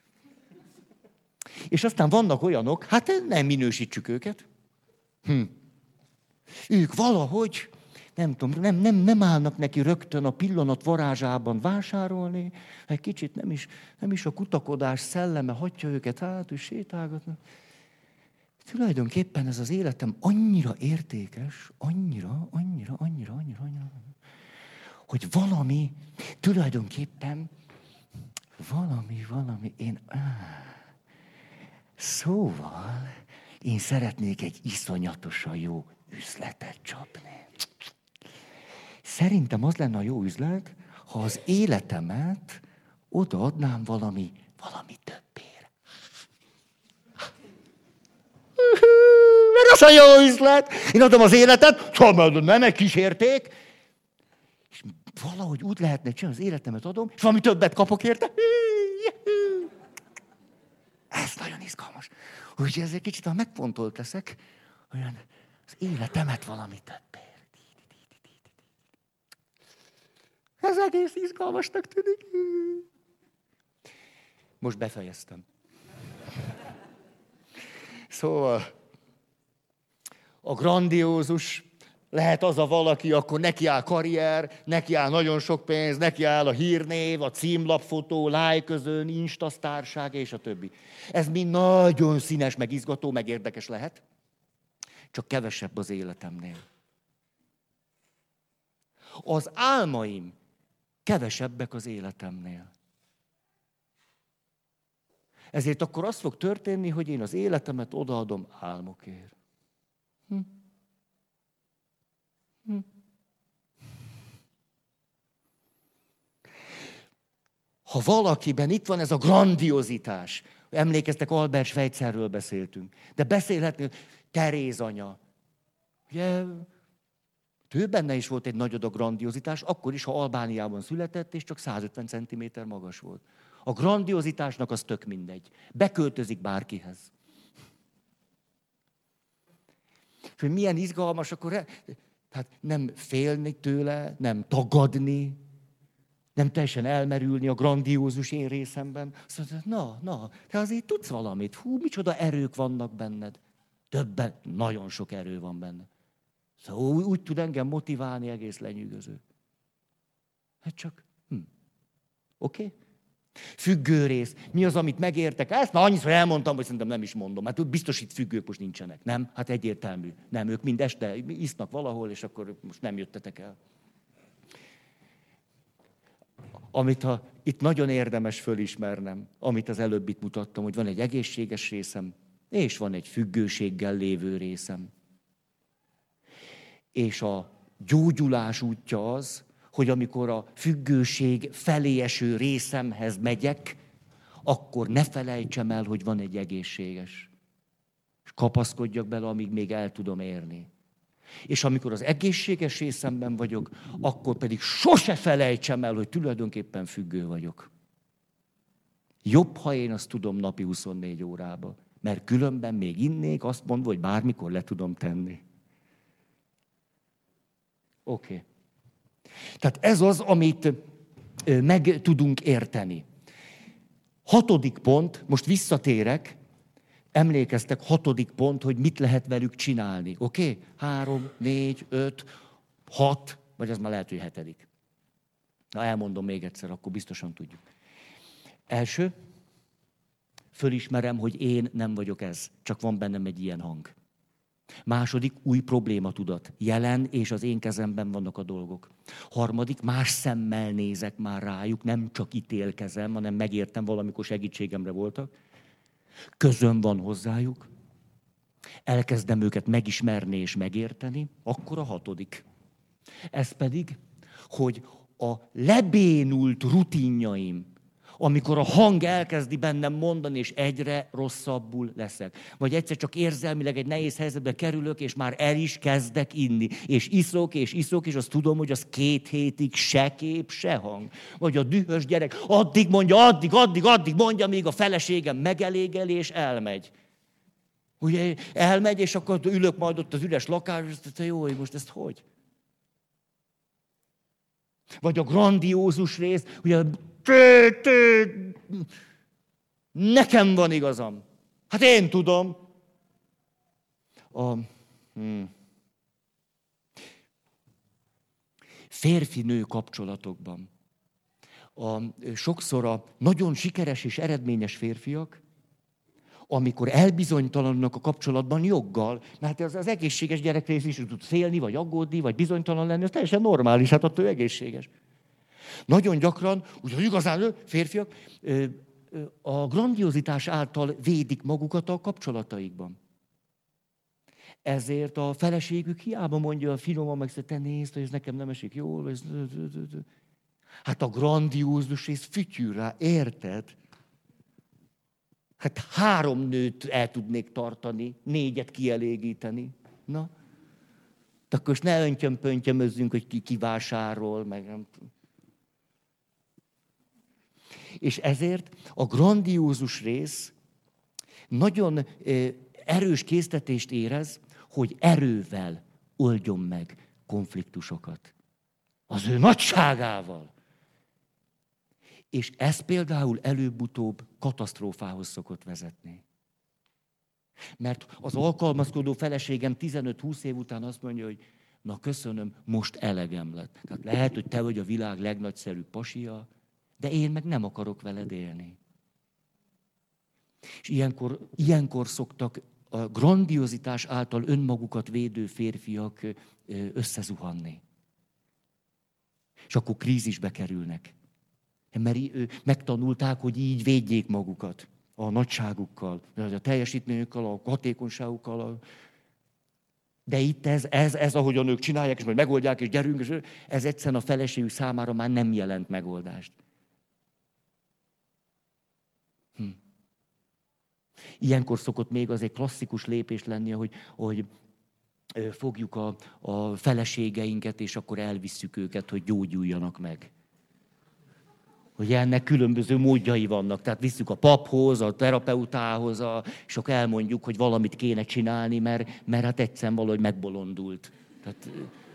És aztán vannak olyanok, hát nem minősítsük őket. Hm. Ők valahogy, nem tudom, nem, nem, nem állnak neki rögtön a pillanat varázsában vásárolni, egy kicsit nem is, nem is a kutakodás szelleme hagyja őket át, hogy sétálgatnak. Tulajdonképpen ez az életem annyira értékes, annyira, annyira, annyira, annyira, annyira, hogy valami tulajdonképpen Valami, valami, én... Szóval, én szeretnék egy iszonyatosan jó üzletet csapni. Szerintem az lenne a jó üzlet, ha az életemet odaadnám valami, valami többért. Mert az a jó üzlet! Én adom az életet, szóval nem egy kísérték, és valahogy úgy lehetne csinálni, az életemet adom, és valami többet kapok érte. Ez nagyon izgalmas. Úgyhogy ezért kicsit, ha megfontolt leszek, olyan az életemet valami többért. Ez egész izgalmasnak tűnik. Most befejeztem. Szóval a grandiózus lehet az a valaki, akkor neki áll karrier, neki áll nagyon sok pénz, neki áll a hírnév, a címlapfotó, lájközön, instasztárság és a többi. Ez mind nagyon színes, meg izgató, meg érdekes lehet, csak kevesebb az életemnél. Az álmaim kevesebbek az életemnél. Ezért akkor az fog történni, hogy én az életemet odaadom álmokért. Hm. Hm. Ha valakiben itt van ez a grandiozitás, emlékeztek, Albert Schweitzerről beszéltünk, de beszélhetnénk, Teréz anya. Ugye, ő benne is volt egy nagy adag grandiozitás, akkor is, ha Albániában született, és csak százötven centiméter magas volt. A grandiozitásnak az tök mindegy. Beköltözik bárkihez. És hogy milyen izgalmas, akkor hát nem félni tőle, nem tagadni, nem teljesen elmerülni a grandiózus én részemben. Azt mondod, na, na, te azért tudsz valamit. Hú, micsoda erők vannak benned. Többen, nagyon sok erő van benne. Szóval úgy, úgy tud engem motiválni, egész lenyűgöző. Hát csak, hm. oké? Okay? Függő rész. Mi az, amit megértek? Ezt már annyiszor elmondtam, hogy szerintem nem is mondom. Hát biztos itt függők most nincsenek. Nem? Hát egyértelmű. Nem, ők mind este isznak valahol, és akkor most nem jöttetek el. Amit a, itt nagyon érdemes fölismernem, amit az előbb itt mutattam, hogy van egy egészséges részem, és van egy függőséggel lévő részem. És a gyógyulás útja az, hogy amikor a függőség felé eső részemhez megyek, akkor ne felejtsem el, hogy van egy egészséges. És kapaszkodjak bele, amíg még el tudom érni. És amikor az egészséges részemben vagyok, akkor pedig sose felejtsem el, hogy tulajdonképpen függő vagyok. Jobb, ha én azt tudom napi huszonnégy órába, mert különben még innék, azt mondva, hogy bármikor le tudom tenni. Oké. Okay. Tehát ez az, amit meg tudunk érteni. Hatodik pont, most visszatérek, emlékeztek, hatodik pont, hogy mit lehet velük csinálni. Oké? Okay? Három, négy, öt, hat, vagy az már lehet, hogy hetedik. Na, elmondom még egyszer, akkor biztosan tudjuk. Első, fölismerem, hogy én nem vagyok ez, csak van bennem egy ilyen hang. Második, új problématudat. Jelen és az én kezemben vannak a dolgok. Harmadik, más szemmel nézek már rájuk, nem csak ítélkezem, hanem megértem, valamikor segítségemre voltak. Közöm van hozzájuk. Elkezdem őket megismerni és megérteni. Akkor a hatodik. Ez pedig, hogy a lebénult rutinjaim, amikor a hang elkezdi bennem mondani, és egyre rosszabbul leszek. Vagy egyszer csak érzelmileg egy nehéz helyzetbe kerülök, és már el is kezdek inni. És iszok, és iszok, és azt tudom, hogy az két hétig se kép, se hang. Vagy a dühös gyerek addig mondja, addig, addig, addig mondja, míg a feleségem megelégel, és elmegy. Ugye elmegy, és akkor ülök majd ott az üres lakásban, és azt mondja, jó, most ezt hogy? Vagy a grandiózus rész, ugye Tő, tő, nekem van igazam. Hát én tudom. A hmm. férfi-nő kapcsolatokban a, sokszor a nagyon sikeres és eredményes férfiak, amikor elbizonytalanodnak a kapcsolatban joggal, mert az, az egészséges gyerekrész is tud félni, vagy aggódni, vagy bizonytalan lenni, ez teljesen normális, hát attól egészséges. Nagyon gyakran, úgyhogy igazán férfiak a grandiozitás által védik magukat a kapcsolataikban. Ezért a feleségük hiába mondja finoman, meg te nézd, hogy ez nekem nem esik jól. Ez... Hát a grandiózus rész fütyül rá, érted? Hát három nőt el tudnék tartani, négyet kielégíteni. Na, de akkor most ne öntyöm-pöntyömözzünk, hogy ki kivásárol, meg nem tudom. És ezért a grandiózus rész nagyon erős késztetést érez, hogy erővel oldjon meg konfliktusokat. Az ő nagyságával. És ez például előbb-utóbb katasztrófához szokott vezetni. Mert az alkalmazkodó feleségem tizenöt-húsz év után azt mondja, hogy na köszönöm, most elegem lett. Tehát lehet, hogy te vagy a világ legnagyszerűbb pasia, de én meg nem akarok veled élni. És ilyenkor, ilyenkor szoktak a grandiozitás által önmagukat védő férfiak összezuhanni. És akkor krízisbe kerülnek. Mert megtanulták, hogy így védjék magukat a nagyságukkal, a teljesítményükkel, a hatékonyságukkal. De itt ez, ez, ez, ahogy a nők csinálják, és majd megoldják, és gyerünk, és ez egyszerűen a feleségük számára már nem jelent megoldást. Hm. Ilyenkor szokott még az egy klasszikus lépés lenni, hogy, hogy fogjuk a, a feleségeinket, és akkor elvisszük őket, hogy gyógyuljanak meg. Hogy ennek különböző módjai vannak. Tehát visszük a paphoz, a terapeutához, a, és akkor elmondjuk, hogy valamit kéne csinálni, mert, mert hát egyszerűen valahogy megbolondult. Tehát,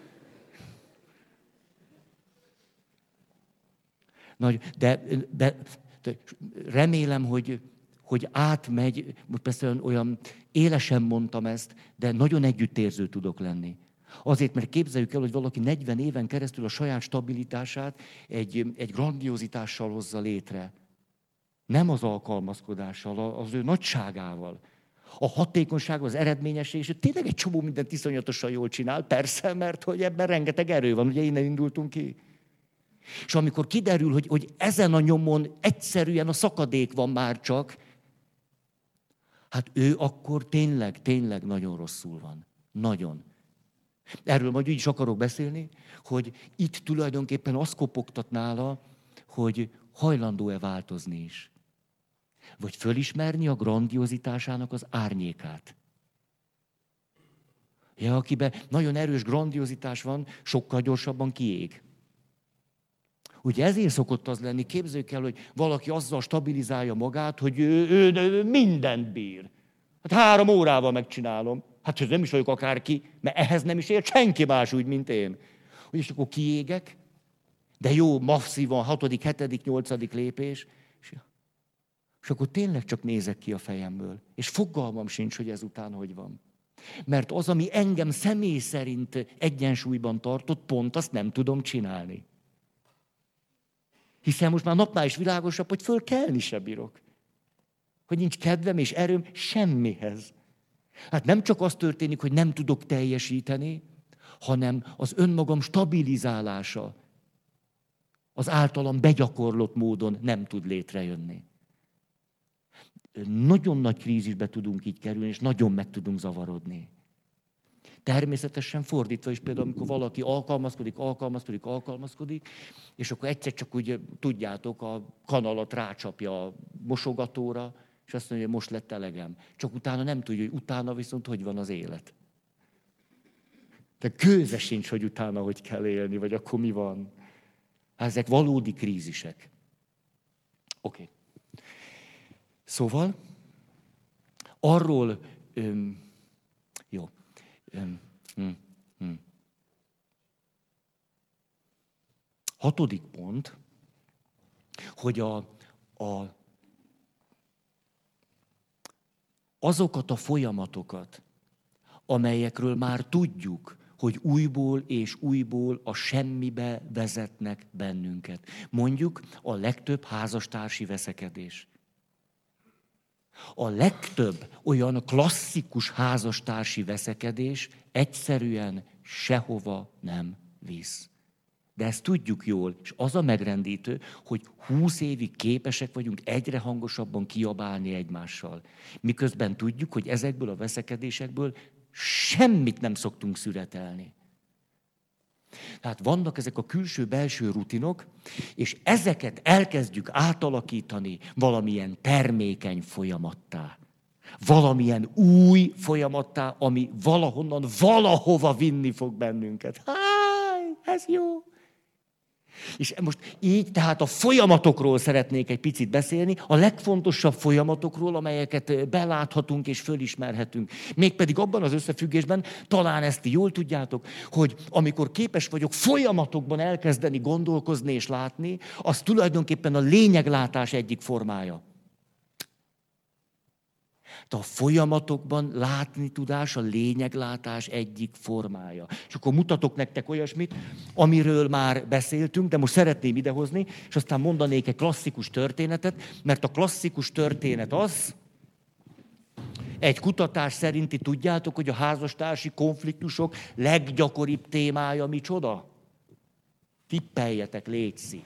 nagy, de, de, de remélem, hogy, hogy átmegy, most persze olyan élesen mondtam ezt, de nagyon együttérző tudok lenni. Azért, mert képzeljük el, hogy valaki negyven éven keresztül a saját stabilitását egy, egy grandiozitással hozza létre. Nem az alkalmazkodással, az ő nagyságával. A hatékonysággal, az eredményesség, és tényleg egy csomó mindent iszonyatosan jól csinál, persze, mert hogy ebben rengeteg erő van, ugye innen indultunk ki. És amikor kiderül, hogy, hogy ezen a nyomon egyszerűen a szakadék van már csak, hát ő akkor tényleg, tényleg nagyon rosszul van. Nagyon. Erről majd úgy is akarok beszélni, hogy itt tulajdonképpen azt kopogtat nála, hogy hajlandó-e változni is. Vagy fölismerni a grandiozitásának az árnyékát. Ja, akiben nagyon erős grandiozitás van, sokkal gyorsabban kiég. Ugye ezért szokott az lenni, képzeljük el, hogy valaki azzal stabilizálja magát, hogy ő, ő, ő mindent bír. Hát három órával megcsinálom. Hát nem is vagyok akárki, mert ehhez nem is ért senki más úgy, mint én. És akkor kiégek, de jó, masszívan, hatodik, hetedik, nyolcadik lépés, és, és akkor tényleg csak nézek ki a fejemből. És fogalmam sincs, hogy ezután hogy van. Mert az, ami engem személy szerint egyensúlyban tartott, pont azt nem tudom csinálni. Hiszen most már napnál is világosabb, hogy föl kelni se bírok. Hogy nincs kedvem és erőm semmihez. Hát nem csak az történik, hogy nem tudok teljesíteni, hanem az önmagam stabilizálása az általam begyakorlott módon nem tud létrejönni. Nagyon nagy krízisbe tudunk így kerülni, és nagyon meg tudunk zavarodni. Természetesen fordítva is például, amikor valaki alkalmazkodik, alkalmazkodik, alkalmazkodik, és akkor egyszer csak úgy, tudjátok, a kanalat rácsapja a mosogatóra, és azt mondja, hogy most lett elegem. Csak utána nem tudja, hogy utána viszont hogy van az élet. De gőze sincs, hogy utána hogy kell élni, vagy akkor mi van. Hát ezek valódi krízisek. Oké. Okay. Szóval, arról, öm, jó, öm, hm, hm. hatodik pont, hogy a, a, azokat a folyamatokat, amelyekről már tudjuk, hogy újból és újból a semmibe vezetnek bennünket. Mondjuk a legtöbb házastársi veszekedés. A legtöbb olyan klasszikus házastársi veszekedés egyszerűen sehova nem visz. De ezt tudjuk jól, és az a megrendítő, hogy húsz évig képesek vagyunk egyre hangosabban kiabálni egymással. Miközben tudjuk, hogy ezekből a veszekedésekből semmit nem szoktunk szüretelni. Tehát vannak ezek a külső-belső rutinok, és ezeket elkezdjük átalakítani valamilyen termékeny folyamattá. Valamilyen új folyamattá, ami valahonnan, valahova vinni fog bennünket. Háj, ez jó! És most így, tehát a folyamatokról szeretnék egy picit beszélni, a legfontosabb folyamatokról, amelyeket beláthatunk és fölismerhetünk. Mégpedig abban az összefüggésben, talán ezt jól tudjátok, hogy amikor képes vagyok folyamatokban elkezdeni gondolkozni és látni, az tulajdonképpen a lényeglátás egyik formája. A folyamatokban látni tudás a lényeglátás egyik formája. És akkor mutatok nektek olyasmit, amiről már beszéltünk, de most szeretném idehozni, és aztán mondanék egy klasszikus történetet, mert a klasszikus történet az, egy kutatás szerinti tudjátok, hogy a házastársi konfliktusok leggyakoribb témája micsoda? Tippeljetek, létszi.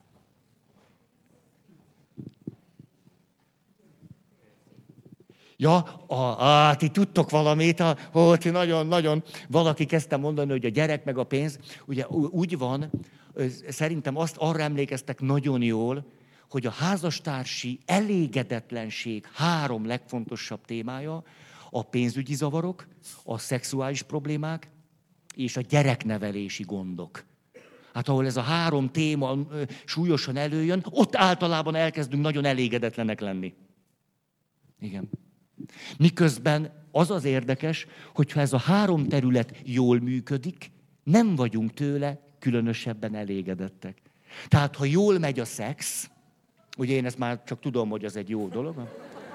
Ja, a, a, ti tudtok valamit, a, ó, ti nagyon-nagyon, valaki kezdte mondani, hogy a gyerek meg a pénz, ugye úgy van, szerintem azt arra emlékeztek nagyon jól, hogy a házastársi elégedetlenség három legfontosabb témája, a pénzügyi zavarok, a szexuális problémák és a gyereknevelési gondok. Hát ahol ez a három téma súlyosan előjön, ott általában elkezdünk nagyon elégedetlenek lenni. Igen. Miközben az az érdekes, hogyha ez a három terület jól működik, nem vagyunk tőle különösebben elégedettek. Tehát, ha jól megy a szex, ugye én ezt már csak tudom, hogy az egy jó dolog,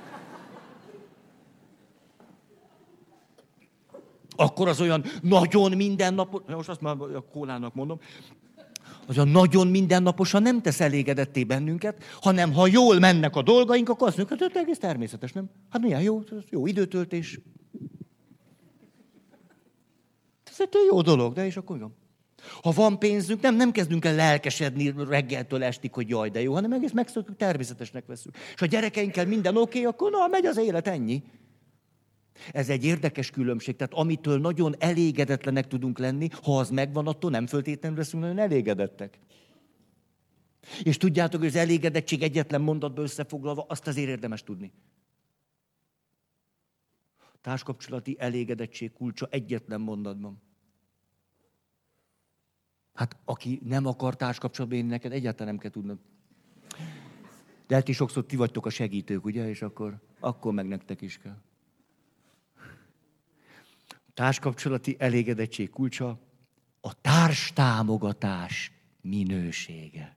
akkor az olyan nagyon mindennapos, most azt már a kólának mondom, az a nagyon mindennaposan nem tesz elégedetté bennünket, hanem ha jól mennek a dolgaink, akkor azt mondjuk, hogy ez egész természetes, nem? Hát milyen jó, jó időtöltés. Ez egy jó dolog, de és akkor jó. Ha van pénzünk, nem, nem kezdünk el lelkesedni reggeltől estig, hogy jaj, de jó, hanem egész megszokjuk, természetesnek veszünk. És ha gyerekeinkkel minden oké, okay, akkor na, megy az élet, ennyi. Ez egy érdekes különbség, tehát amitől nagyon elégedetlenek tudunk lenni, ha az megvan, attól nem föltétlenül leszünk nagyon elégedettek. És tudjátok, hogy az elégedettség egyetlen mondatba összefoglalva, azt azért érdemes tudni. Társkapcsolati elégedettség kulcsa egyetlen mondatban. Hát aki nem akar társkapcsolatban élni, neked egyáltalán nem kell tudnod. De hát ti sokszor ti vagytok a segítők, ugye? És akkor, akkor meg nektek is kell. Társkapcsolati elégedettség kulcsa A társtámogatás minősége.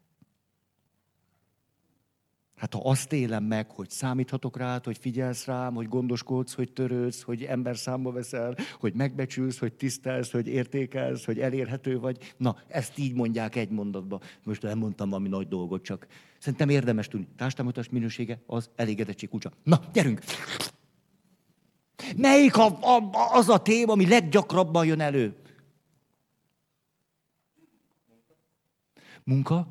Hát ha azt élem meg, hogy számíthatok rád, hogy figyelsz rám, hogy gondoskodsz, hogy törődsz, hogy ember számba veszel, hogy megbecsülsz, hogy tisztelsz, hogy értékelsz, hogy elérhető vagy. Na, ezt így mondják egy mondatba. Most nem mondtam valami nagy dolgot, csak szerintem érdemes tudni. Társtámogatás minősége az elégedettség kulcsa. Na, gyerünk! Melyik a, a, az a téma, ami leggyakrabban jön elő? Munka?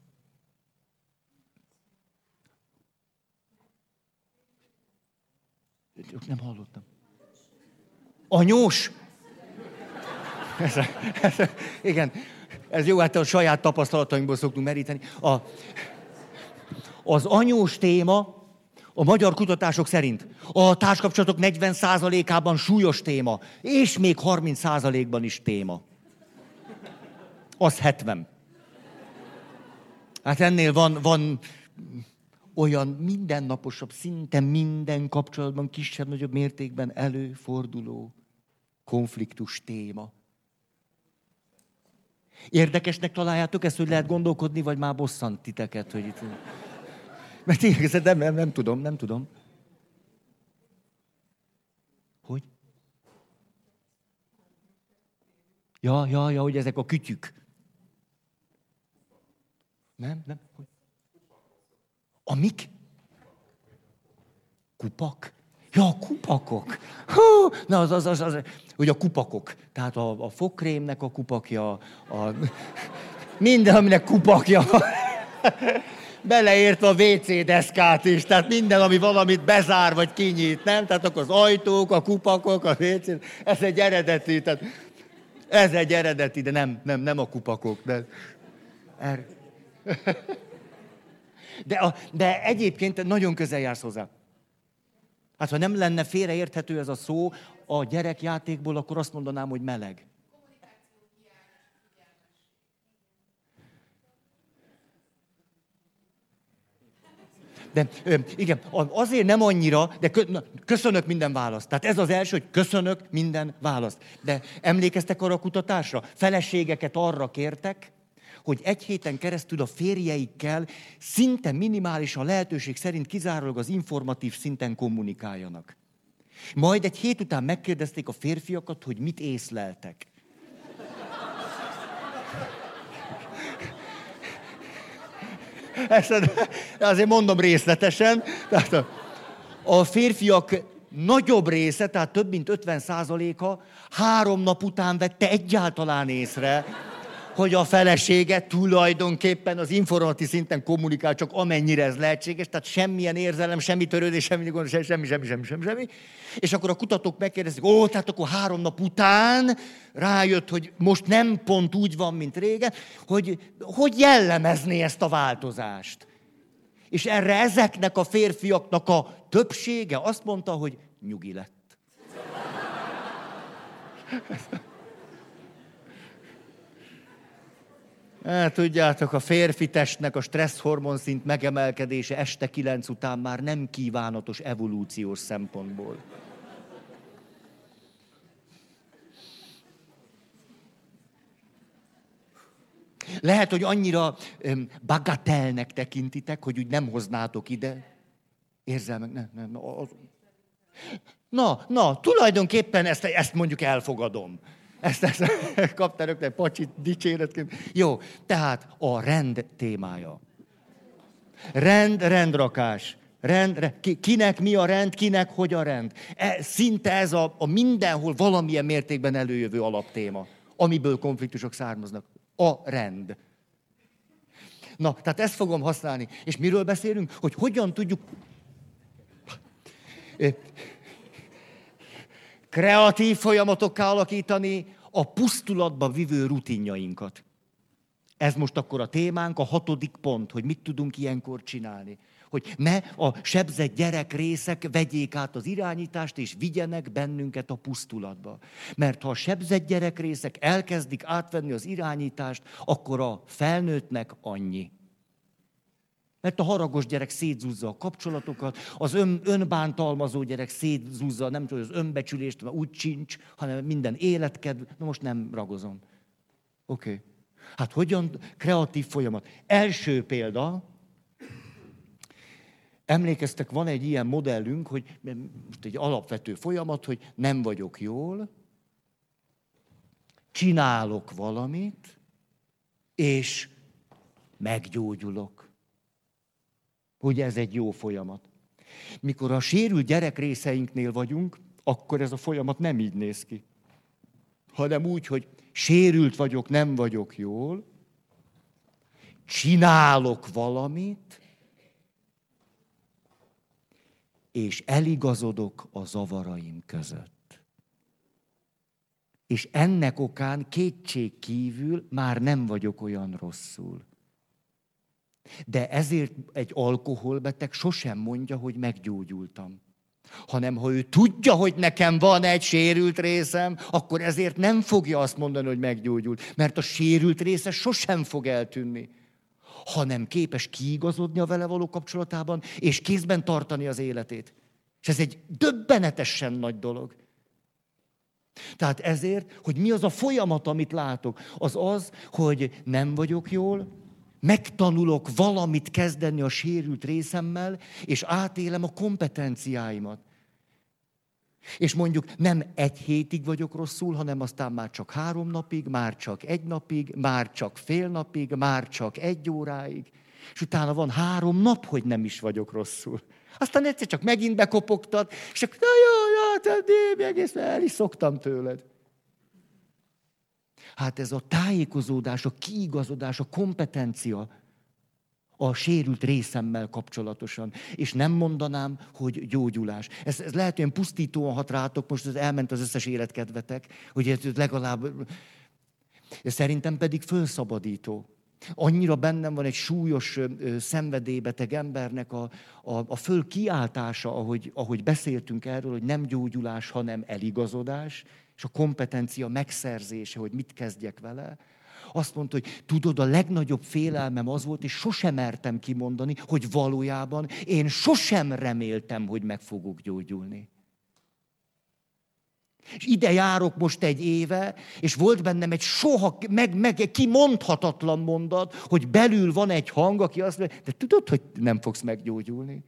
Nem hallottam. Anyós? Ez, ez, igen, ez jó, hát a saját tapasztalatainkból szoktunk meríteni. A, az anyós téma a magyar kutatások szerint a társkapcsolatok negyven százalékában súlyos téma, és még harminc százalékban is téma. Az hetven. Hát ennél van, van olyan mindennaposabb, szinte minden kapcsolatban kisebb-nagyobb mértékben előforduló konfliktus téma. Érdekesnek találjátok ezt, hogy lehet gondolkodni, vagy már bosszant titeket, hogy itt... Mert én nem, nem, nem tudom, nem tudom. Hogy? Ja, ja, ja, hogy ezek a kütyük. Nem, nem. Hogy? Amik? Kupak? Ja, kupakok. Hú, na, az, az, az, az, hogy a kupakok. Tehát a, a fogkrémnek a kupakja, a, minden, aminek kupakja. Beleértve a vé cé deszkát is, tehát minden, ami valamit bezár vagy kinyit, nem? Tehát akkor az ajtók, a kupakok, a vé cé, ez egy eredeti, tehát ez egy eredeti, de nem, nem, nem a kupakok. De, er... de, a, de egyébként nagyon közel jársz hozzá. Hát ha nem lenne félreérthető ez a szó a gyerekjátékból, akkor azt mondanám, hogy meleg. De igen, azért nem annyira, de köszönök minden választ. Tehát ez az első, hogy köszönök minden választ. De emlékeztek arra a kutatásra? Feleségeket arra kértek, hogy egy héten keresztül a férjeikkel szinte minimális a lehetőség szerint kizárólag az informatív szinten kommunikáljanak. Majd egy hét után megkérdezték a férfiakat, hogy mit észleltek. Ezt azért mondom részletesen. Tehát a, a férfiak nagyobb része, tehát több mint ötven százaléka három nap után vette egyáltalán észre, hogy a felesége tulajdonképpen az informatív szinten kommunikál, csak amennyire ez lehetséges, tehát semmilyen érzelem, semmi törődés, semmi gondos, semmi, semmi, semmi, semmi, semmi, semmi. És akkor a kutatók megkérdezik, ó, tehát akkor három nap után rájött, hogy most nem pont úgy van, mint régen, hogy hogy jellemezné ezt a változást. És erre ezeknek a férfiaknak a többsége azt mondta, hogy nyugi lett. Hát, tudjátok, a férfi testnek a stresszhormonszint megemelkedése este kilenc után már nem kívánatos evolúciós szempontból. Lehet, hogy annyira öm, bagatelnek tekintitek, hogy úgy nem hoznátok ide. Érzelmek, nem, nem. Az... Na, na, tulajdonképpen ezt, ezt mondjuk elfogadom. Ezt, ezt kaptál rögtön pacsit dicséretként. Jó, tehát a rend témája. Rend, rendrakás. Rend, rend, kinek mi a rend, kinek hogy a rend. E, szinte ez a, a mindenhol valamilyen mértékben előjövő alaptéma, amiből konfliktusok származnak. A rend. Na, tehát ezt fogom használni. És miről beszélünk? Hogy hogyan tudjuk kreatív folyamatokká alakítani a pusztulatba vivő rutinjainkat. Ez most akkor a témánk, a hatodik pont, hogy mit tudunk ilyenkor csinálni. Hogy ne a sebzett gyerek részek vegyék át az irányítást, és vigyenek bennünket a pusztulatba. Mert ha a sebzett gyerek részek elkezdik átvenni az irányítást, akkor a felnőttnek annyi. Mert a haragos gyerek szétzúzza a kapcsolatokat, az ön, önbántalmazó gyerek szétzúzza, nem tudom, az önbecsülést, mert úgy sincs, hanem minden életkedv. Na most nem ragozom. Oké. Okay. Hát hogyan kreatív folyamat? Első példa, emlékeztek, van egy ilyen modellünk, hogy most egy alapvető folyamat, hogy nem vagyok jól, csinálok valamit, és meggyógyulok. Ugye ez egy jó folyamat. Mikor a sérült gyerekrészeinknél vagyunk, akkor ez a folyamat nem így néz ki. Hanem úgy, hogy sérült vagyok, nem vagyok jól, csinálok valamit, és eligazodok a zavaraim között. És ennek okán kétség kívül már nem vagyok olyan rosszul. De ezért egy alkoholbeteg sosem mondja, hogy meggyógyultam. Hanem ha ő tudja, hogy nekem van egy sérült részem, akkor ezért nem fogja azt mondani, hogy meggyógyult. Mert a sérült része sosem fog eltűnni. Hanem képes kiigazodni a vele való kapcsolatában, és kézben tartani az életét. És ez egy döbbenetesen nagy dolog. Tehát ezért, hogy mi az a folyamat, amit látok, az az, hogy nem vagyok jól, megtanulok valamit kezdeni a sérült részemmel, és átélem a kompetenciáimat. És mondjuk nem egy hétig vagyok rosszul, hanem aztán már csak három napig, már csak egy napig, már csak fél napig, már csak egy óráig. És utána van három nap, hogy nem is vagyok rosszul. Aztán egyszer csak megint bekopogtat, és akkor, na jó, jó, de egész el is szoktam tőled. Hát ez a tájékozódás, a kiigazodás, a kompetencia a sérült részemmel kapcsolatosan. És nem mondanám, hogy gyógyulás. Ez, ez lehet, hogy pusztítóan hat rátok, most ez elment az összes életkedvetek, hogy ez legalább... Szerintem pedig fölszabadító. Annyira bennem van egy súlyos ö, szenvedélybeteg embernek a, a, a fölkiáltása, ahogy, ahogy beszéltünk erről, hogy nem gyógyulás, hanem eligazodás, és a kompetencia megszerzése, hogy mit kezdjek vele. Azt mondta, hogy tudod, a legnagyobb félelmem az volt, és sosem mertem kimondani, hogy valójában én sosem reméltem, hogy meg fogok gyógyulni. És ide járok most egy éve, és volt bennem egy soha meg, meg kimondhatatlan mondat, hogy belül van egy hang, aki azt mondja, de tudod, hogy nem fogsz meggyógyulni.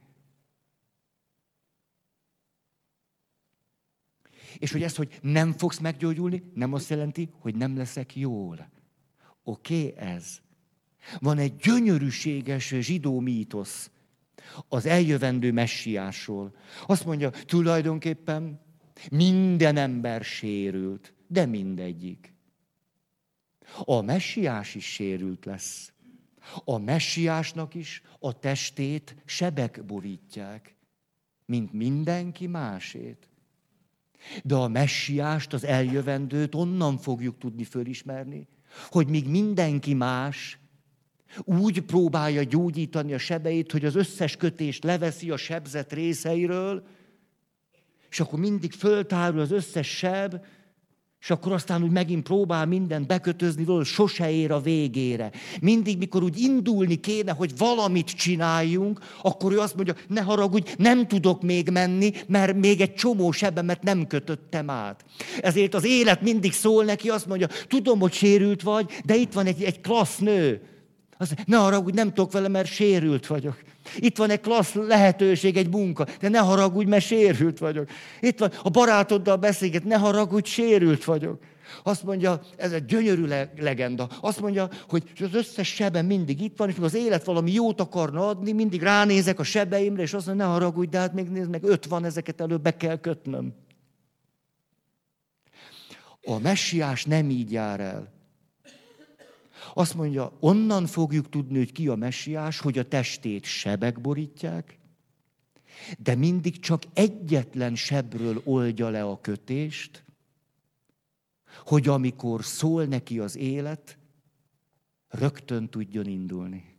És hogy ez, hogy nem fogsz meggyógyulni, nem azt jelenti, hogy nem leszek jól. Oké, okay, ez. Van egy gyönyörűséges zsidó mítosz az eljövendő messiásról. Azt mondja, tulajdonképpen minden ember sérült, de mindegyik. A messiás is sérült lesz. A messiásnak is a testét sebek borítják, mint mindenki másét. De a messiást, az eljövendőt onnan fogjuk tudni fölismerni, hogy míg mindenki más úgy próbálja gyógyítani a sebeit, hogy az összes kötést leveszi a sebzett részeiről, és akkor mindig föltárul az összes seb, és akkor aztán úgy megint próbál mindent bekötözni, hogy sose ér a végére. Mindig, mikor úgy indulni kéne, hogy valamit csináljunk, akkor ő azt mondja, ne haragudj, nem tudok még menni, mert még egy csomó sebemet nem kötöttem át. Ezért az élet mindig szól neki, azt mondja, tudom, hogy sérült vagy, de itt van egy, egy klassz nő. Azt mondja, ne haragudj, nem tudok vele, mert sérült vagyok. Itt van egy klassz lehetőség, egy munka, de ne haragudj, mert sérült vagyok. Itt van, a barátoddal beszélget, ne haragudj, sérült vagyok. Azt mondja, ez egy gyönyörű legenda, azt mondja, hogy az összes sebem mindig itt van, és az élet valami jót akarna adni, mindig ránézek a sebeimre, és azt mondja, ne haragudj, de hát még nézd meg, öt van, ezeket előbb be kell kötnöm. A messiás nem így jár el. Azt mondja, onnan fogjuk tudni, hogy ki a messiás, hogy a testét sebek borítják, de mindig csak egyetlen sebről oldja le a kötést, hogy amikor szól neki az élet, rögtön tudjon indulni.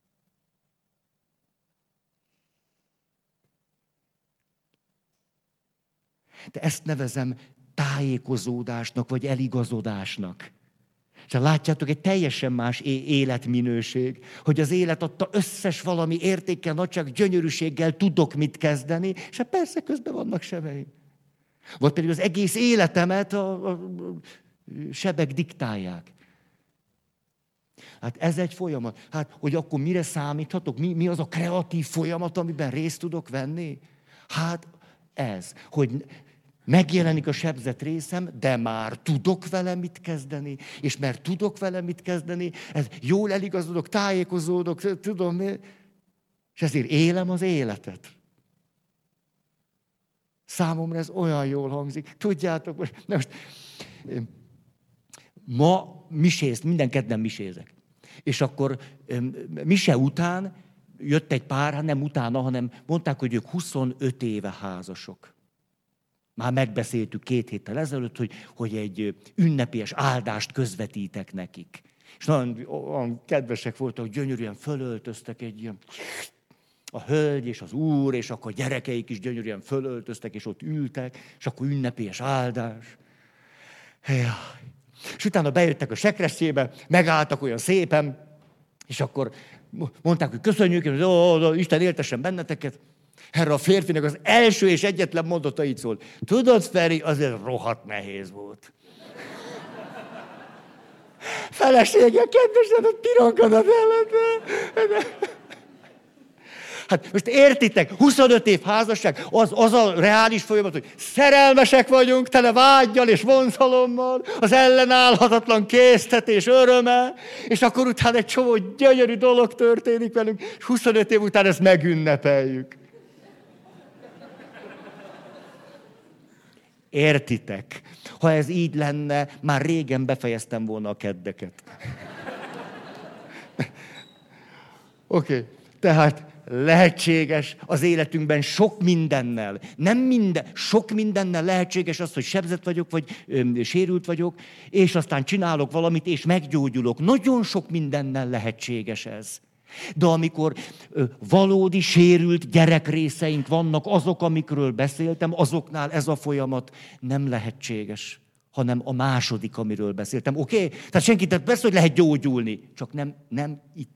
De ezt nevezem tájékozódásnak, vagy eligazodásnak. És látjátok, egy teljesen más életminőség, hogy az élet adta összes valami értékkel, nagyság, gyönyörűséggel tudok mit kezdeni, és hát persze közben vannak sebeim. Vagy pedig az egész életemet a, a sebek diktálják. Hát ez egy folyamat. Hát, hogy akkor mire számíthatok? Mi, mi az a kreatív folyamat, amiben részt tudok venni? Hát ez, hogy megjelenik a sebzett részem, de már tudok vele mit kezdeni, és mert tudok vele mit kezdeni, ez jól eligazodok, tájékozódok, tudom mi, és ezért élem az életet. Számomra ez olyan jól hangzik. Tudjátok, most, most ma misézt, minden kedden misézek. És akkor mise után jött egy pár, hát nem utána, hanem mondták, hogy ők huszonöt éve házasok. Már megbeszéltük két héttel ezelőtt, hogy, hogy egy ünnepélyes áldást közvetítek nekik. És nagyon olyan kedvesek voltak, hogy gyönyörűen fölöltöztek egy ilyen... A hölgy és az úr, és akkor gyerekeik is gyönyörűen fölöltöztek, és ott ültek, és akkor ünnepélyes áldás. Jaj. És utána bejöttek a sekresszébe, megálltak olyan szépen, és akkor mondták, hogy köszönjük, hogy ó, ó, Isten éltessen benneteket. Erre a férfinek az első és egyetlen mondata így szól. Tudod, Feri, azért rohadt nehéz volt. Felesége, kedvesen, ott pironkodott ellene. Hát most értitek, huszonöt év házasság, az, az a reális folyamat, hogy szerelmesek vagyunk, tele vággyal és vonzalommal, az ellenállhatatlan késztetés öröme, és akkor utána egy csomó gyönyörű dolog történik velünk, és huszonöt év után ezt megünnepeljük. Értitek? Ha ez így lenne, már régen befejeztem volna a keddeket. Oké, okay. Tehát lehetséges az életünkben sok mindennel. Nem minden, sok mindennel lehetséges az, hogy sebzett vagyok, vagy ö, sérült vagyok, és aztán csinálok valamit, és meggyógyulok. Nagyon sok mindennel lehetséges ez. De amikor ö, valódi sérült gyerekrészeink vannak, azok, amikről beszéltem, azoknál ez a folyamat nem lehetséges, hanem a második, amiről beszéltem. Oké? Okay? Tehát senki, tehát persze, hogy lehet gyógyulni, csak nem, nem itt.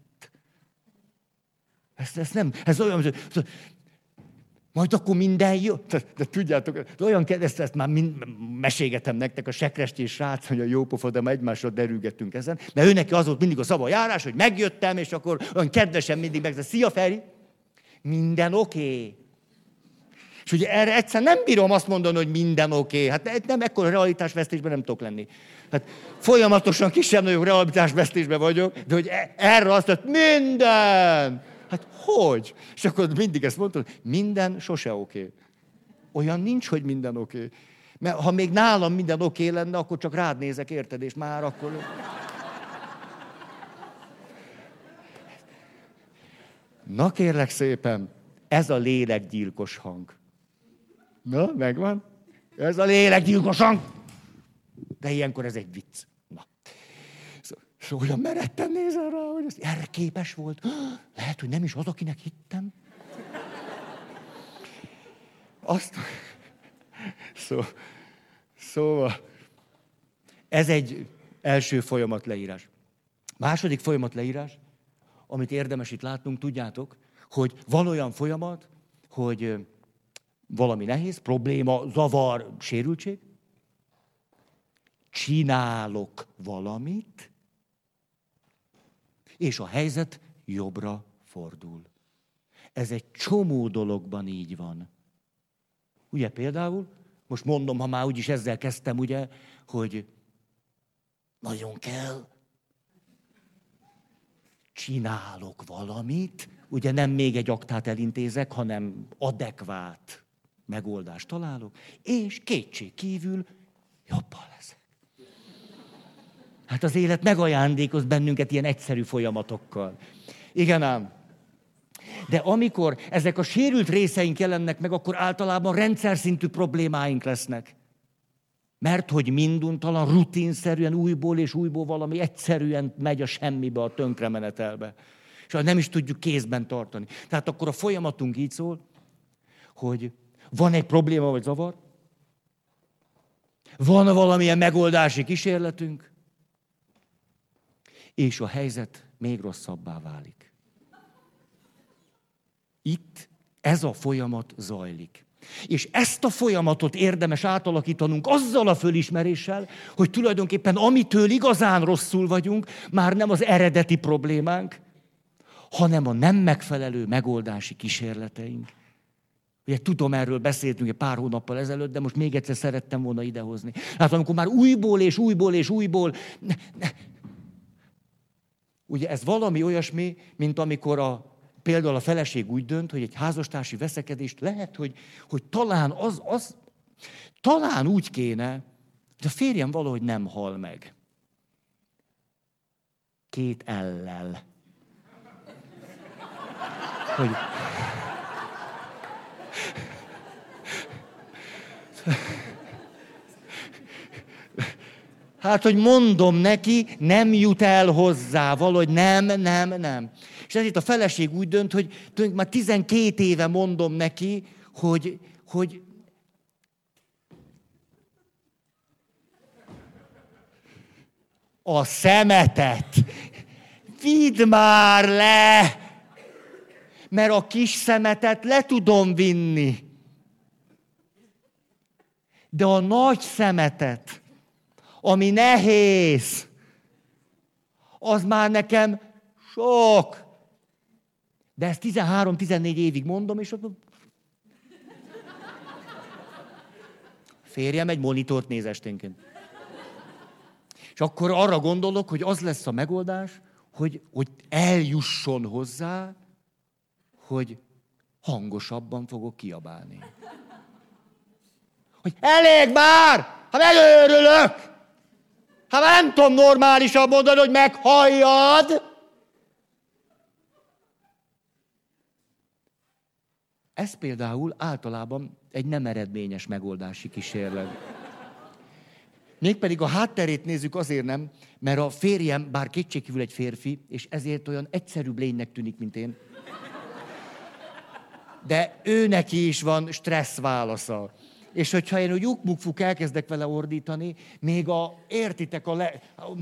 Ez, ez nem, ez olyan, hogy majd akkor minden jó. De, de tudjátok, olyan ezt, ezt már mind, meségetem nektek, a sekrestyi srác, hogy a jópofa, de már egymásra derülgettünk ezen. Mert őneki az volt mindig a szava járás, hogy megjöttem, és akkor olyan kedvesen mindig meg, szia Feri, minden oké. Okay. És ugye erre egyszer nem bírom azt mondani, hogy minden oké. Okay. Hát nem, ekkor realitásvesztésben nem tudok lenni. Hát folyamatosan kisebb-nagyobb realitásvesztésben vagyok, de hogy erre azt mondja, minden. Hát hogy? És akkor mindig ezt mondtam, minden sose oké. Okay. Olyan nincs, hogy minden oké. Okay. Mert ha még nálam minden oké okay lenne, akkor csak rád nézek, érted? És már akkor... Na kérlek szépen, ez a lélekgyilkos hang. Na, megvan? Ez a lélekgyilkos hang. De ilyenkor ez egy vicc. Na. Szóval olyan meretten nézel rá, hogy ez erre képes volt. Lehet, hogy nem is az, akinek hittem. Azt... Szó... Szóval... Ez egy első folyamat leírás. Második folyamat leírás, amit érdemes itt látnunk, tudjátok, hogy van olyan folyamat, hogy valami nehéz, probléma, zavar, sérültség. Csinálok valamit, és a helyzet jobbra fordul. Ez egy csomó dologban így van. Ugye például, most mondom, ha már úgyis ezzel kezdtem, ugye, hogy nagyon kell, csinálok valamit, ugye nem még egy aktát elintézek, hanem adekvát megoldást találok, és kétség kívül jobban leszek. Hát az élet megajándékoz bennünket ilyen egyszerű folyamatokkal. Igen ám. De amikor ezek a sérült részeink jelennek meg, akkor általában rendszer szintű problémáink lesznek. Mert hogy minduntalan, rutinszerűen, újból és újból valami egyszerűen megy a semmibe, a tönkremenetelbe. És nem is tudjuk kézben tartani. Tehát akkor a folyamatunk így szól, hogy van egy probléma vagy zavar, van valamilyen megoldási kísérletünk, és a helyzet még rosszabbá válik. Itt ez a folyamat zajlik. És ezt a folyamatot érdemes átalakítanunk azzal a fölismeréssel, hogy tulajdonképpen amitől igazán rosszul vagyunk, már nem az eredeti problémánk, hanem a nem megfelelő megoldási kísérleteink. Ugye tudom, erről beszéltünk egy pár hónappal ezelőtt, de most még egyszer szerettem volna idehozni. Hát amikor már újból és újból és újból... Ne, ne. Ugye ez valami olyasmi, mint amikor a, például a feleség úgy dönt, hogy egy házastársi veszekedést lehet, hogy, hogy talán az, az, talán úgy kéne, hogy a férjem valahogy nem hal meg. Két ellel. Hogy... Hát, hogy mondom neki, nem jut el hozzá, valahogy nem, nem, nem. És ezért a feleség úgy dönt, hogy már tizenkét éve mondom neki, hogy, hogy a szemetet vidd már le, mert a kis szemetet le tudom vinni. De a nagy szemetet, ami nehéz, az már nekem sok. De ezt tizenhárom-tizennégy évig mondom, és ott... Férjem egy monitort néz esténként. És akkor arra gondolok, hogy az lesz a megoldás, hogy, hogy eljusson hozzá, hogy hangosabban fogok kiabálni. Hogy elég már! Ha megőrülök! Ha már nem tudom normálisan mondani, hogy meghalljad! Ez például általában egy nem eredményes megoldási kísérlet. Mégpedig a hátterét nézzük azért nem, mert a férjem, bár kétségkívül egy férfi, és ezért olyan egyszerűbb lénynek tűnik, mint én. De ő neki is van stressz válasza. És hogyha én úgy uk-muk-fuk elkezdek vele ordítani, még a, értitek a le...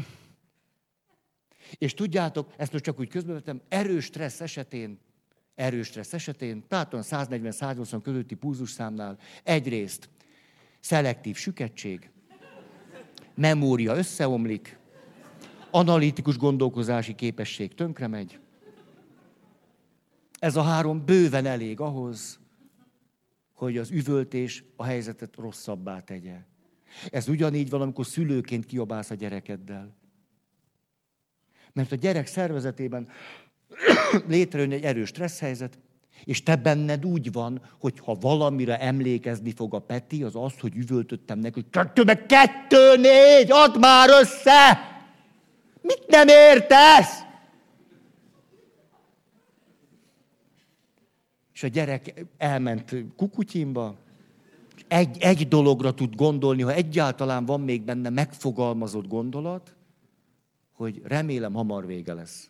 És tudjátok, ezt most csak úgy közbevetem, erős stressz esetén, erős stressz esetén, tehát száznegyven-száznyolcvan közötti pulzusszámnál egyrészt szelektív süketség, memória összeomlik, analitikus gondolkozási képesség tönkremegy. Ez a három bőven elég ahhoz, hogy az üvöltés a helyzetet rosszabbá tegye. Ez ugyanígy van, amikor szülőként kiabálsz a gyerekeddel. Mert a gyerek szervezetében létrejön egy erős stressz helyzet, és te benned úgy van, hogy ha valamire emlékezni fog a Peti, az az, hogy üvöltöttem neki, hogy kettő meg kettő, négy, add már össze! Mit nem értesz? És a gyerek elment kukutyinba, és egy, egy dologra tud gondolni, ha egyáltalán van még benne megfogalmazott gondolat, hogy remélem hamar vége lesz.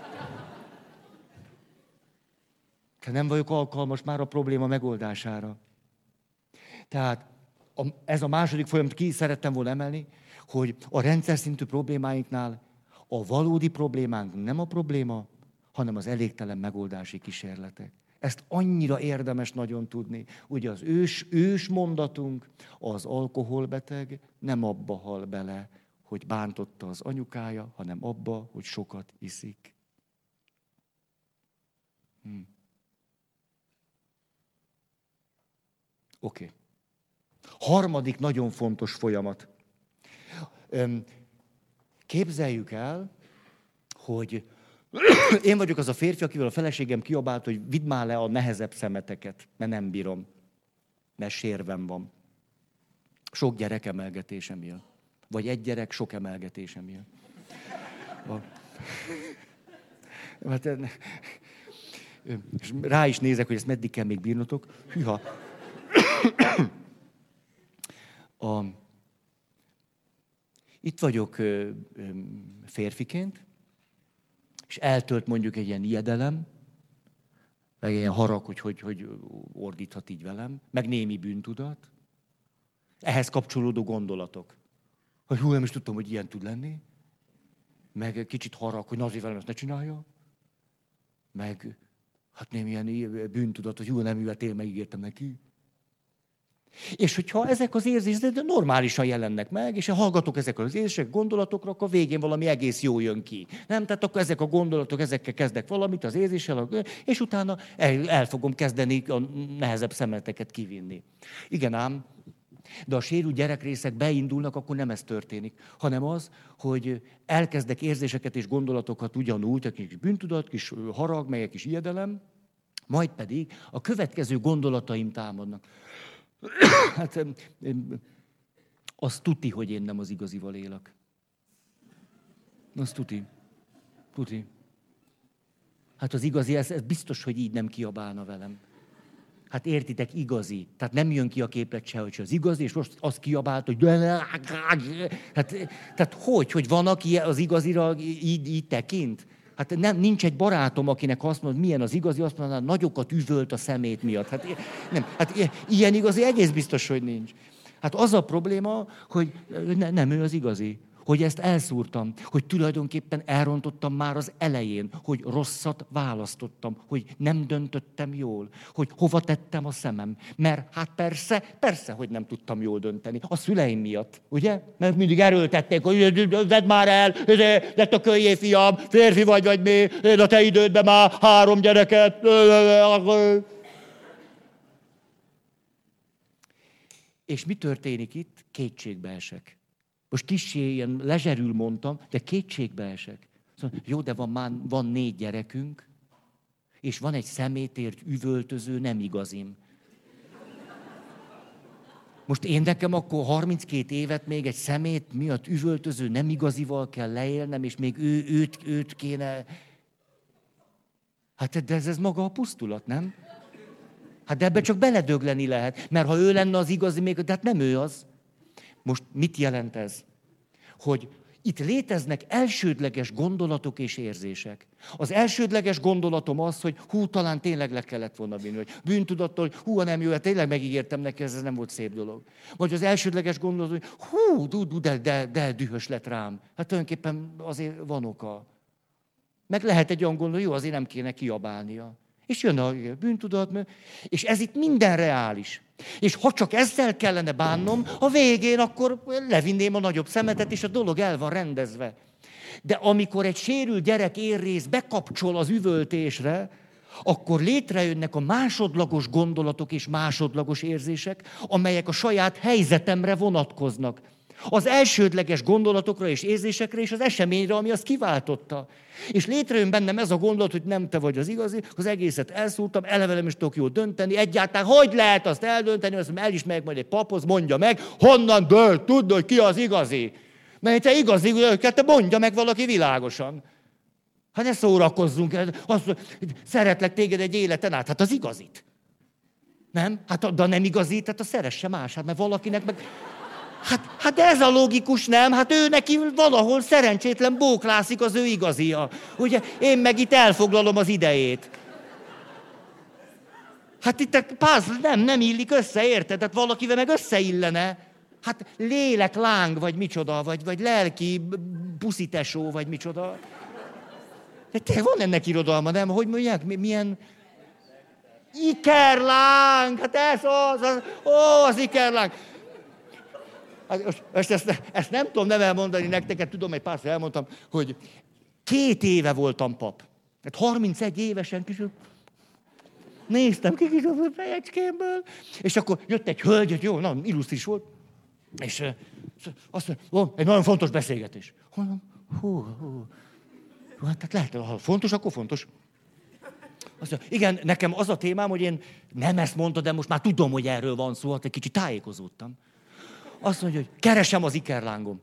Nem vagyok alkalmas már a probléma megoldására. Tehát a, ez a második folyamat, ki szerettem volna emelni, hogy a rendszer szintű problémáinknál a valódi problémánk nem a probléma, hanem az elégtelen megoldási kísérletek. Ezt annyira érdemes nagyon tudni. Ugye az ős, ős mondatunk, az alkoholbeteg nem abba hal bele, hogy bántotta az anyukája, hanem abba, hogy sokat iszik. Hm. Oké. Okay. Harmadik nagyon fontos folyamat. Képzeljük el, hogy én vagyok az a férfi, akivel a feleségem kiabált, hogy vidd már le a nehezebb szemeteket, mert nem bírom, mert sérvem van. Sok gyerek emelgetése miatt. Vagy egy gyerek sok emelgetése miatt. Hát, és rá is nézek, hogy ezt meddig kell még bírnotok. Hűha. A, itt vagyok férfiként, és eltölt mondjuk egy ilyen ijedelem, meg ilyen harag, hogy, hogy, hogy ordíthat így velem, meg némi bűntudat. Ehhez kapcsolódó gondolatok. Hogy hú, nem is tudtam, hogy ilyen tud lenni. Meg kicsit harag, hogy na azért velem ezt ne csinálja. Meg hát némi ilyen bűntudat, hogy hú, nem ületél, megígértem neki. És hogyha ezek az érzések normálisan jelennek meg, és ha hallgatok ezekről az érzések, gondolatokra, akkor végén valami egész jó jön ki. Nem? Tehát akkor ezek a gondolatok, ezekkel kezdek valamit az érzéssel, és utána el, el fogom kezdeni a nehezebb szemleteket kivinni. Igen ám, de a sérült gyerekrészek beindulnak, akkor nem ez történik, hanem az, hogy elkezdek érzéseket és gondolatokat ugyanúgy, egy kis bűntudat, kis harag, meg egy kis ijedelem, majd pedig a következő gondolataim támadnak. Hát az tuti, hogy én nem az igazival élek. Az tuti. Tuti. Hát az igazi, ez, ez biztos, hogy így nem kiabálna velem. Hát értitek, igazi. Tehát nem jön ki a képlet se, hogy az igazi, és most azt kiabált, hogy... Hát, tehát hogy, hogy van, aki az igazira így, így tekint? Hát nem, nincs egy barátom, akinek azt mondod, milyen az igazi, azt mondaná, nagyokat üvölt a szemét miatt. Hát, nem, hát ilyen igazi egész biztos, hogy nincs. Hát az a probléma, hogy ne, nem ő az igazi. Hogy ezt elszúrtam, hogy tulajdonképpen elrontottam már az elején, hogy rosszat választottam, hogy nem döntöttem jól, hogy hova tettem a szemem. Mert hát persze, persze, hogy nem tudtam jól dönteni. A szüleim miatt, ugye? Mert mindig erőltették, hogy vedd már el, lett a kölyé fiam, férfi vagy vagy mi, én a te idődben már három gyereket. És mi történik itt? Kétségbe esek. Most kissé ilyen lezserül mondtam, de kétségbe esek. Szóval, jó, de van, már, van négy gyerekünk, és van egy szemétért üvöltöző nem igazim. Most én nekem akkor harminckét évet még egy szemét miatt üvöltöző nem igazival kell leélnem, és még ő, őt, őt kéne... Hát de ez, ez maga a pusztulat, nem? Hát de ebbe csak beledögleni lehet, mert ha ő lenne az igazi, még, de hát nem ő az. Most mit jelent ez? Hogy itt léteznek elsődleges gondolatok és érzések. Az elsődleges gondolatom az, hogy hú, talán tényleg le kellett volna vinni, hogy bűntudattól, hogy hú, ha nem jó, hát tényleg megígértem neki, ez nem volt szép dolog. Vagy az elsődleges gondolat, hogy hú, du, du, de, de, de dühös lett rám. Hát tulajdonképpen azért van oka. Meg lehet egy olyan gondolat, jó, azért nem kéne kiabálnia. És jön a bűntudat, és ez itt minden reális. És ha csak ezzel kellene bánnom, a végén akkor levinném a nagyobb szemetet, és a dolog el van rendezve. De amikor egy sérült gyerek érrész bekapcsol az üvöltésre, akkor létrejönnek a másodlagos gondolatok és másodlagos érzések, amelyek a saját helyzetemre vonatkoznak. Az elsődleges gondolatokra és érzésekre és az eseményre, ami azt kiváltotta. És létrejön bennem ez a gondolat, hogy nem te vagy az igazi, az egészet elszúrtam, eleve nem is tudok jól dönteni, egyáltalán hogy lehet azt eldönteni, azt mondom, el is megyek majd egy paphoz, mondja meg, honnan dölt, tudd, hogy ki az igazi. Mert te igazi, te mondja meg valaki világosan. Hát ne szórakozzunk, azt, szeretlek téged egy életen át, hát az igazit. Nem? Hát de nem igazit, hát a szeresse más, hát mert valakinek meg... Hát, hát de ez a logikus, nem? Hát ő neki valahol szerencsétlen bóklászik az ő igazia. Ugye, én meg itt elfoglalom az idejét. Hát itt a puzzle nem, nem illik össze, érted? Hát valakivel meg összeillene. Hát lélekláng, vagy micsoda, vagy, vagy lelki puszitesó, vagy micsoda. De te, van ennek irodalma, nem? Hogy mondják, milyen... Ikerláng! Hát ez az, az, ó, az ikerláng! Most ezt, ezt nem tudom nem elmondani nektek, tudom, egy párszor elmondtam, hogy két éve voltam pap. Hát harmincegy évesen kis... Néztem ki kis a fejecskémből, és akkor jött egy hölgy, hogy jó, nagyon illusztris volt, és azt mondja, egy nagyon fontos beszélgetés. Mondom, hú, hú, hú, hát lehet, ha fontos, akkor fontos. Azt mondja, igen, nekem az a témám, hogy én nem ezt mondta, de most már tudom, hogy erről van szó, hát egy kicsit tájékozódtam. Azt mondja, hogy keresem az ikerlángom.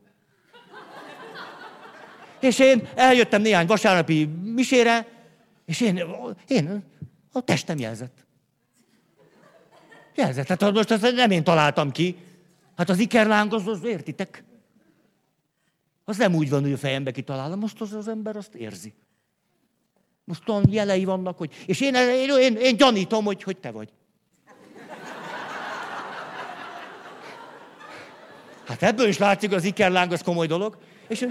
És én eljöttem néhány vasárnapi misére, és én, én a testem jelzett. Jelzett. Hát most ezt nem én találtam ki. Hát az ikerláng, az, az értitek? Az nem úgy van, hogy a fejembe kitalálom, most az, az ember azt érzi. Most olyan jelei vannak, hogy... És én, én, én, én gyanítom, hogy, hogy te vagy. Hát ebből is látszik, az ikerláng az komoly dolog. És...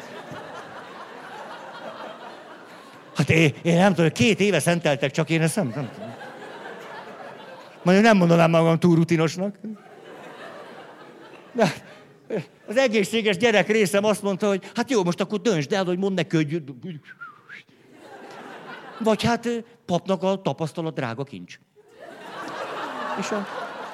Hát én, én nem tudom, két éve szenteltek, csak én ezt nem, nem tudom. Majd nem mondanám magam túl rutinosnak. De az egészséges gyerek részem azt mondta, hogy hát jó, most akkor döntsd el, hogy mondd neki, hogy... Vagy hát papnak a tapasztalat drága kincs. És a...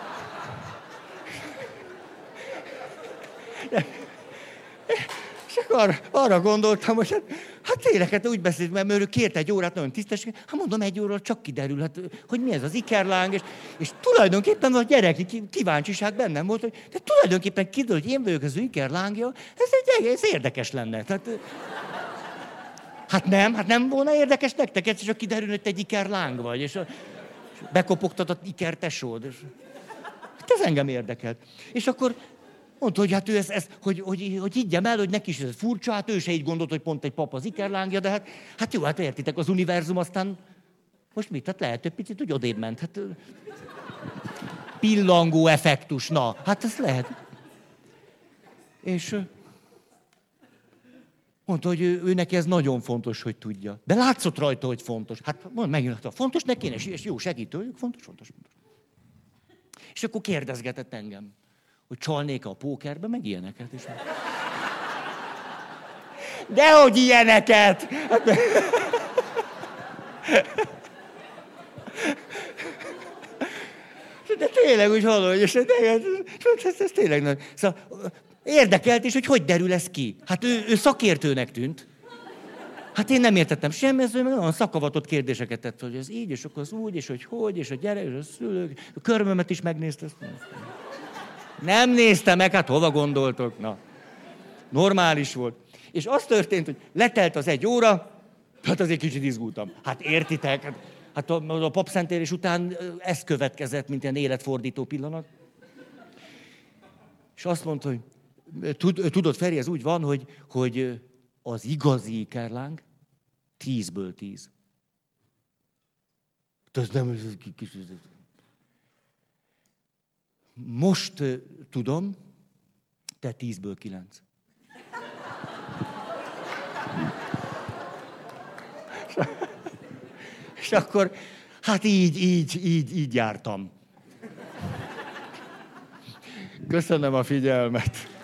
És akkor arra, arra gondoltam, hogy hát, hát tényleg, hát úgy beszélt, mert ő kért egy órát, nagyon tisztességes, hát mondom, egy óra csak kiderül, hát, hogy mi ez az ikerláng, és, és tulajdonképpen a gyerek kíváncsiság bennem volt, hogy de tulajdonképpen kiderül, hogy én vagyok az ő ikerlángja, ez egy egész érdekes lenne. Tehát, hát nem, hát nem volna érdekes nektek, egyszer csak kiderül, hogy te egy ikerláng vagy, és, a, és bekopogtad az ikertesód. És, hát ez engem érdekelt. És akkor mondta, hogy hát ő ezt, ezt hogy, hogy, hogy higgyem el, hogy neki is ez furcsa, hát ő se így gondolt, hogy pont egy pap az ikerlángja, de hát, hát jó, hát értitek, az univerzum aztán most mit? Hát lehet, hogy picit úgy odébb ment. Hát, pillangó effektus, na, hát ez lehet. És mondta, hogy ő, ő neki ez nagyon fontos, hogy tudja. De látszott rajta, hogy fontos. Hát mond, megint, fontos neki, és jó, segítő, fontos, fontos, fontos. És akkor kérdezgetett engem, hogy csalnék a pókerbe, meg ilyeneket is. Dehogy ilyeneket! De tényleg úgy hallom, és ez, ez, ez tényleg nagy. Szóval érdekelt is, hogy hogy derül ez ki. Hát ő, ő szakértőnek tűnt. Hát én nem értettem semmi, ez olyan szakavatott kérdéseket tett, hogy ez így, és akkor az úgy, és hogy hogy, és a gyerek, és a szülők, a körmömet is megnézte. Nem nézte meg, hát hova gondoltok? Na, normális volt. És az történt, hogy letelt az egy óra, hát azért kicsit izgultam. Hát értitek, hát, hát a, a papszentélés után ez következett, mint ilyen életfordító pillanat. És azt mondta, hogy tudod, Feri, ez úgy van, hogy, hogy az igazi ikerláng tízből tíz. Ez nem... Most uh, tudom, te tízből kilenc. És akkor, hát így, így, így, így jártam. Köszönöm a figyelmet.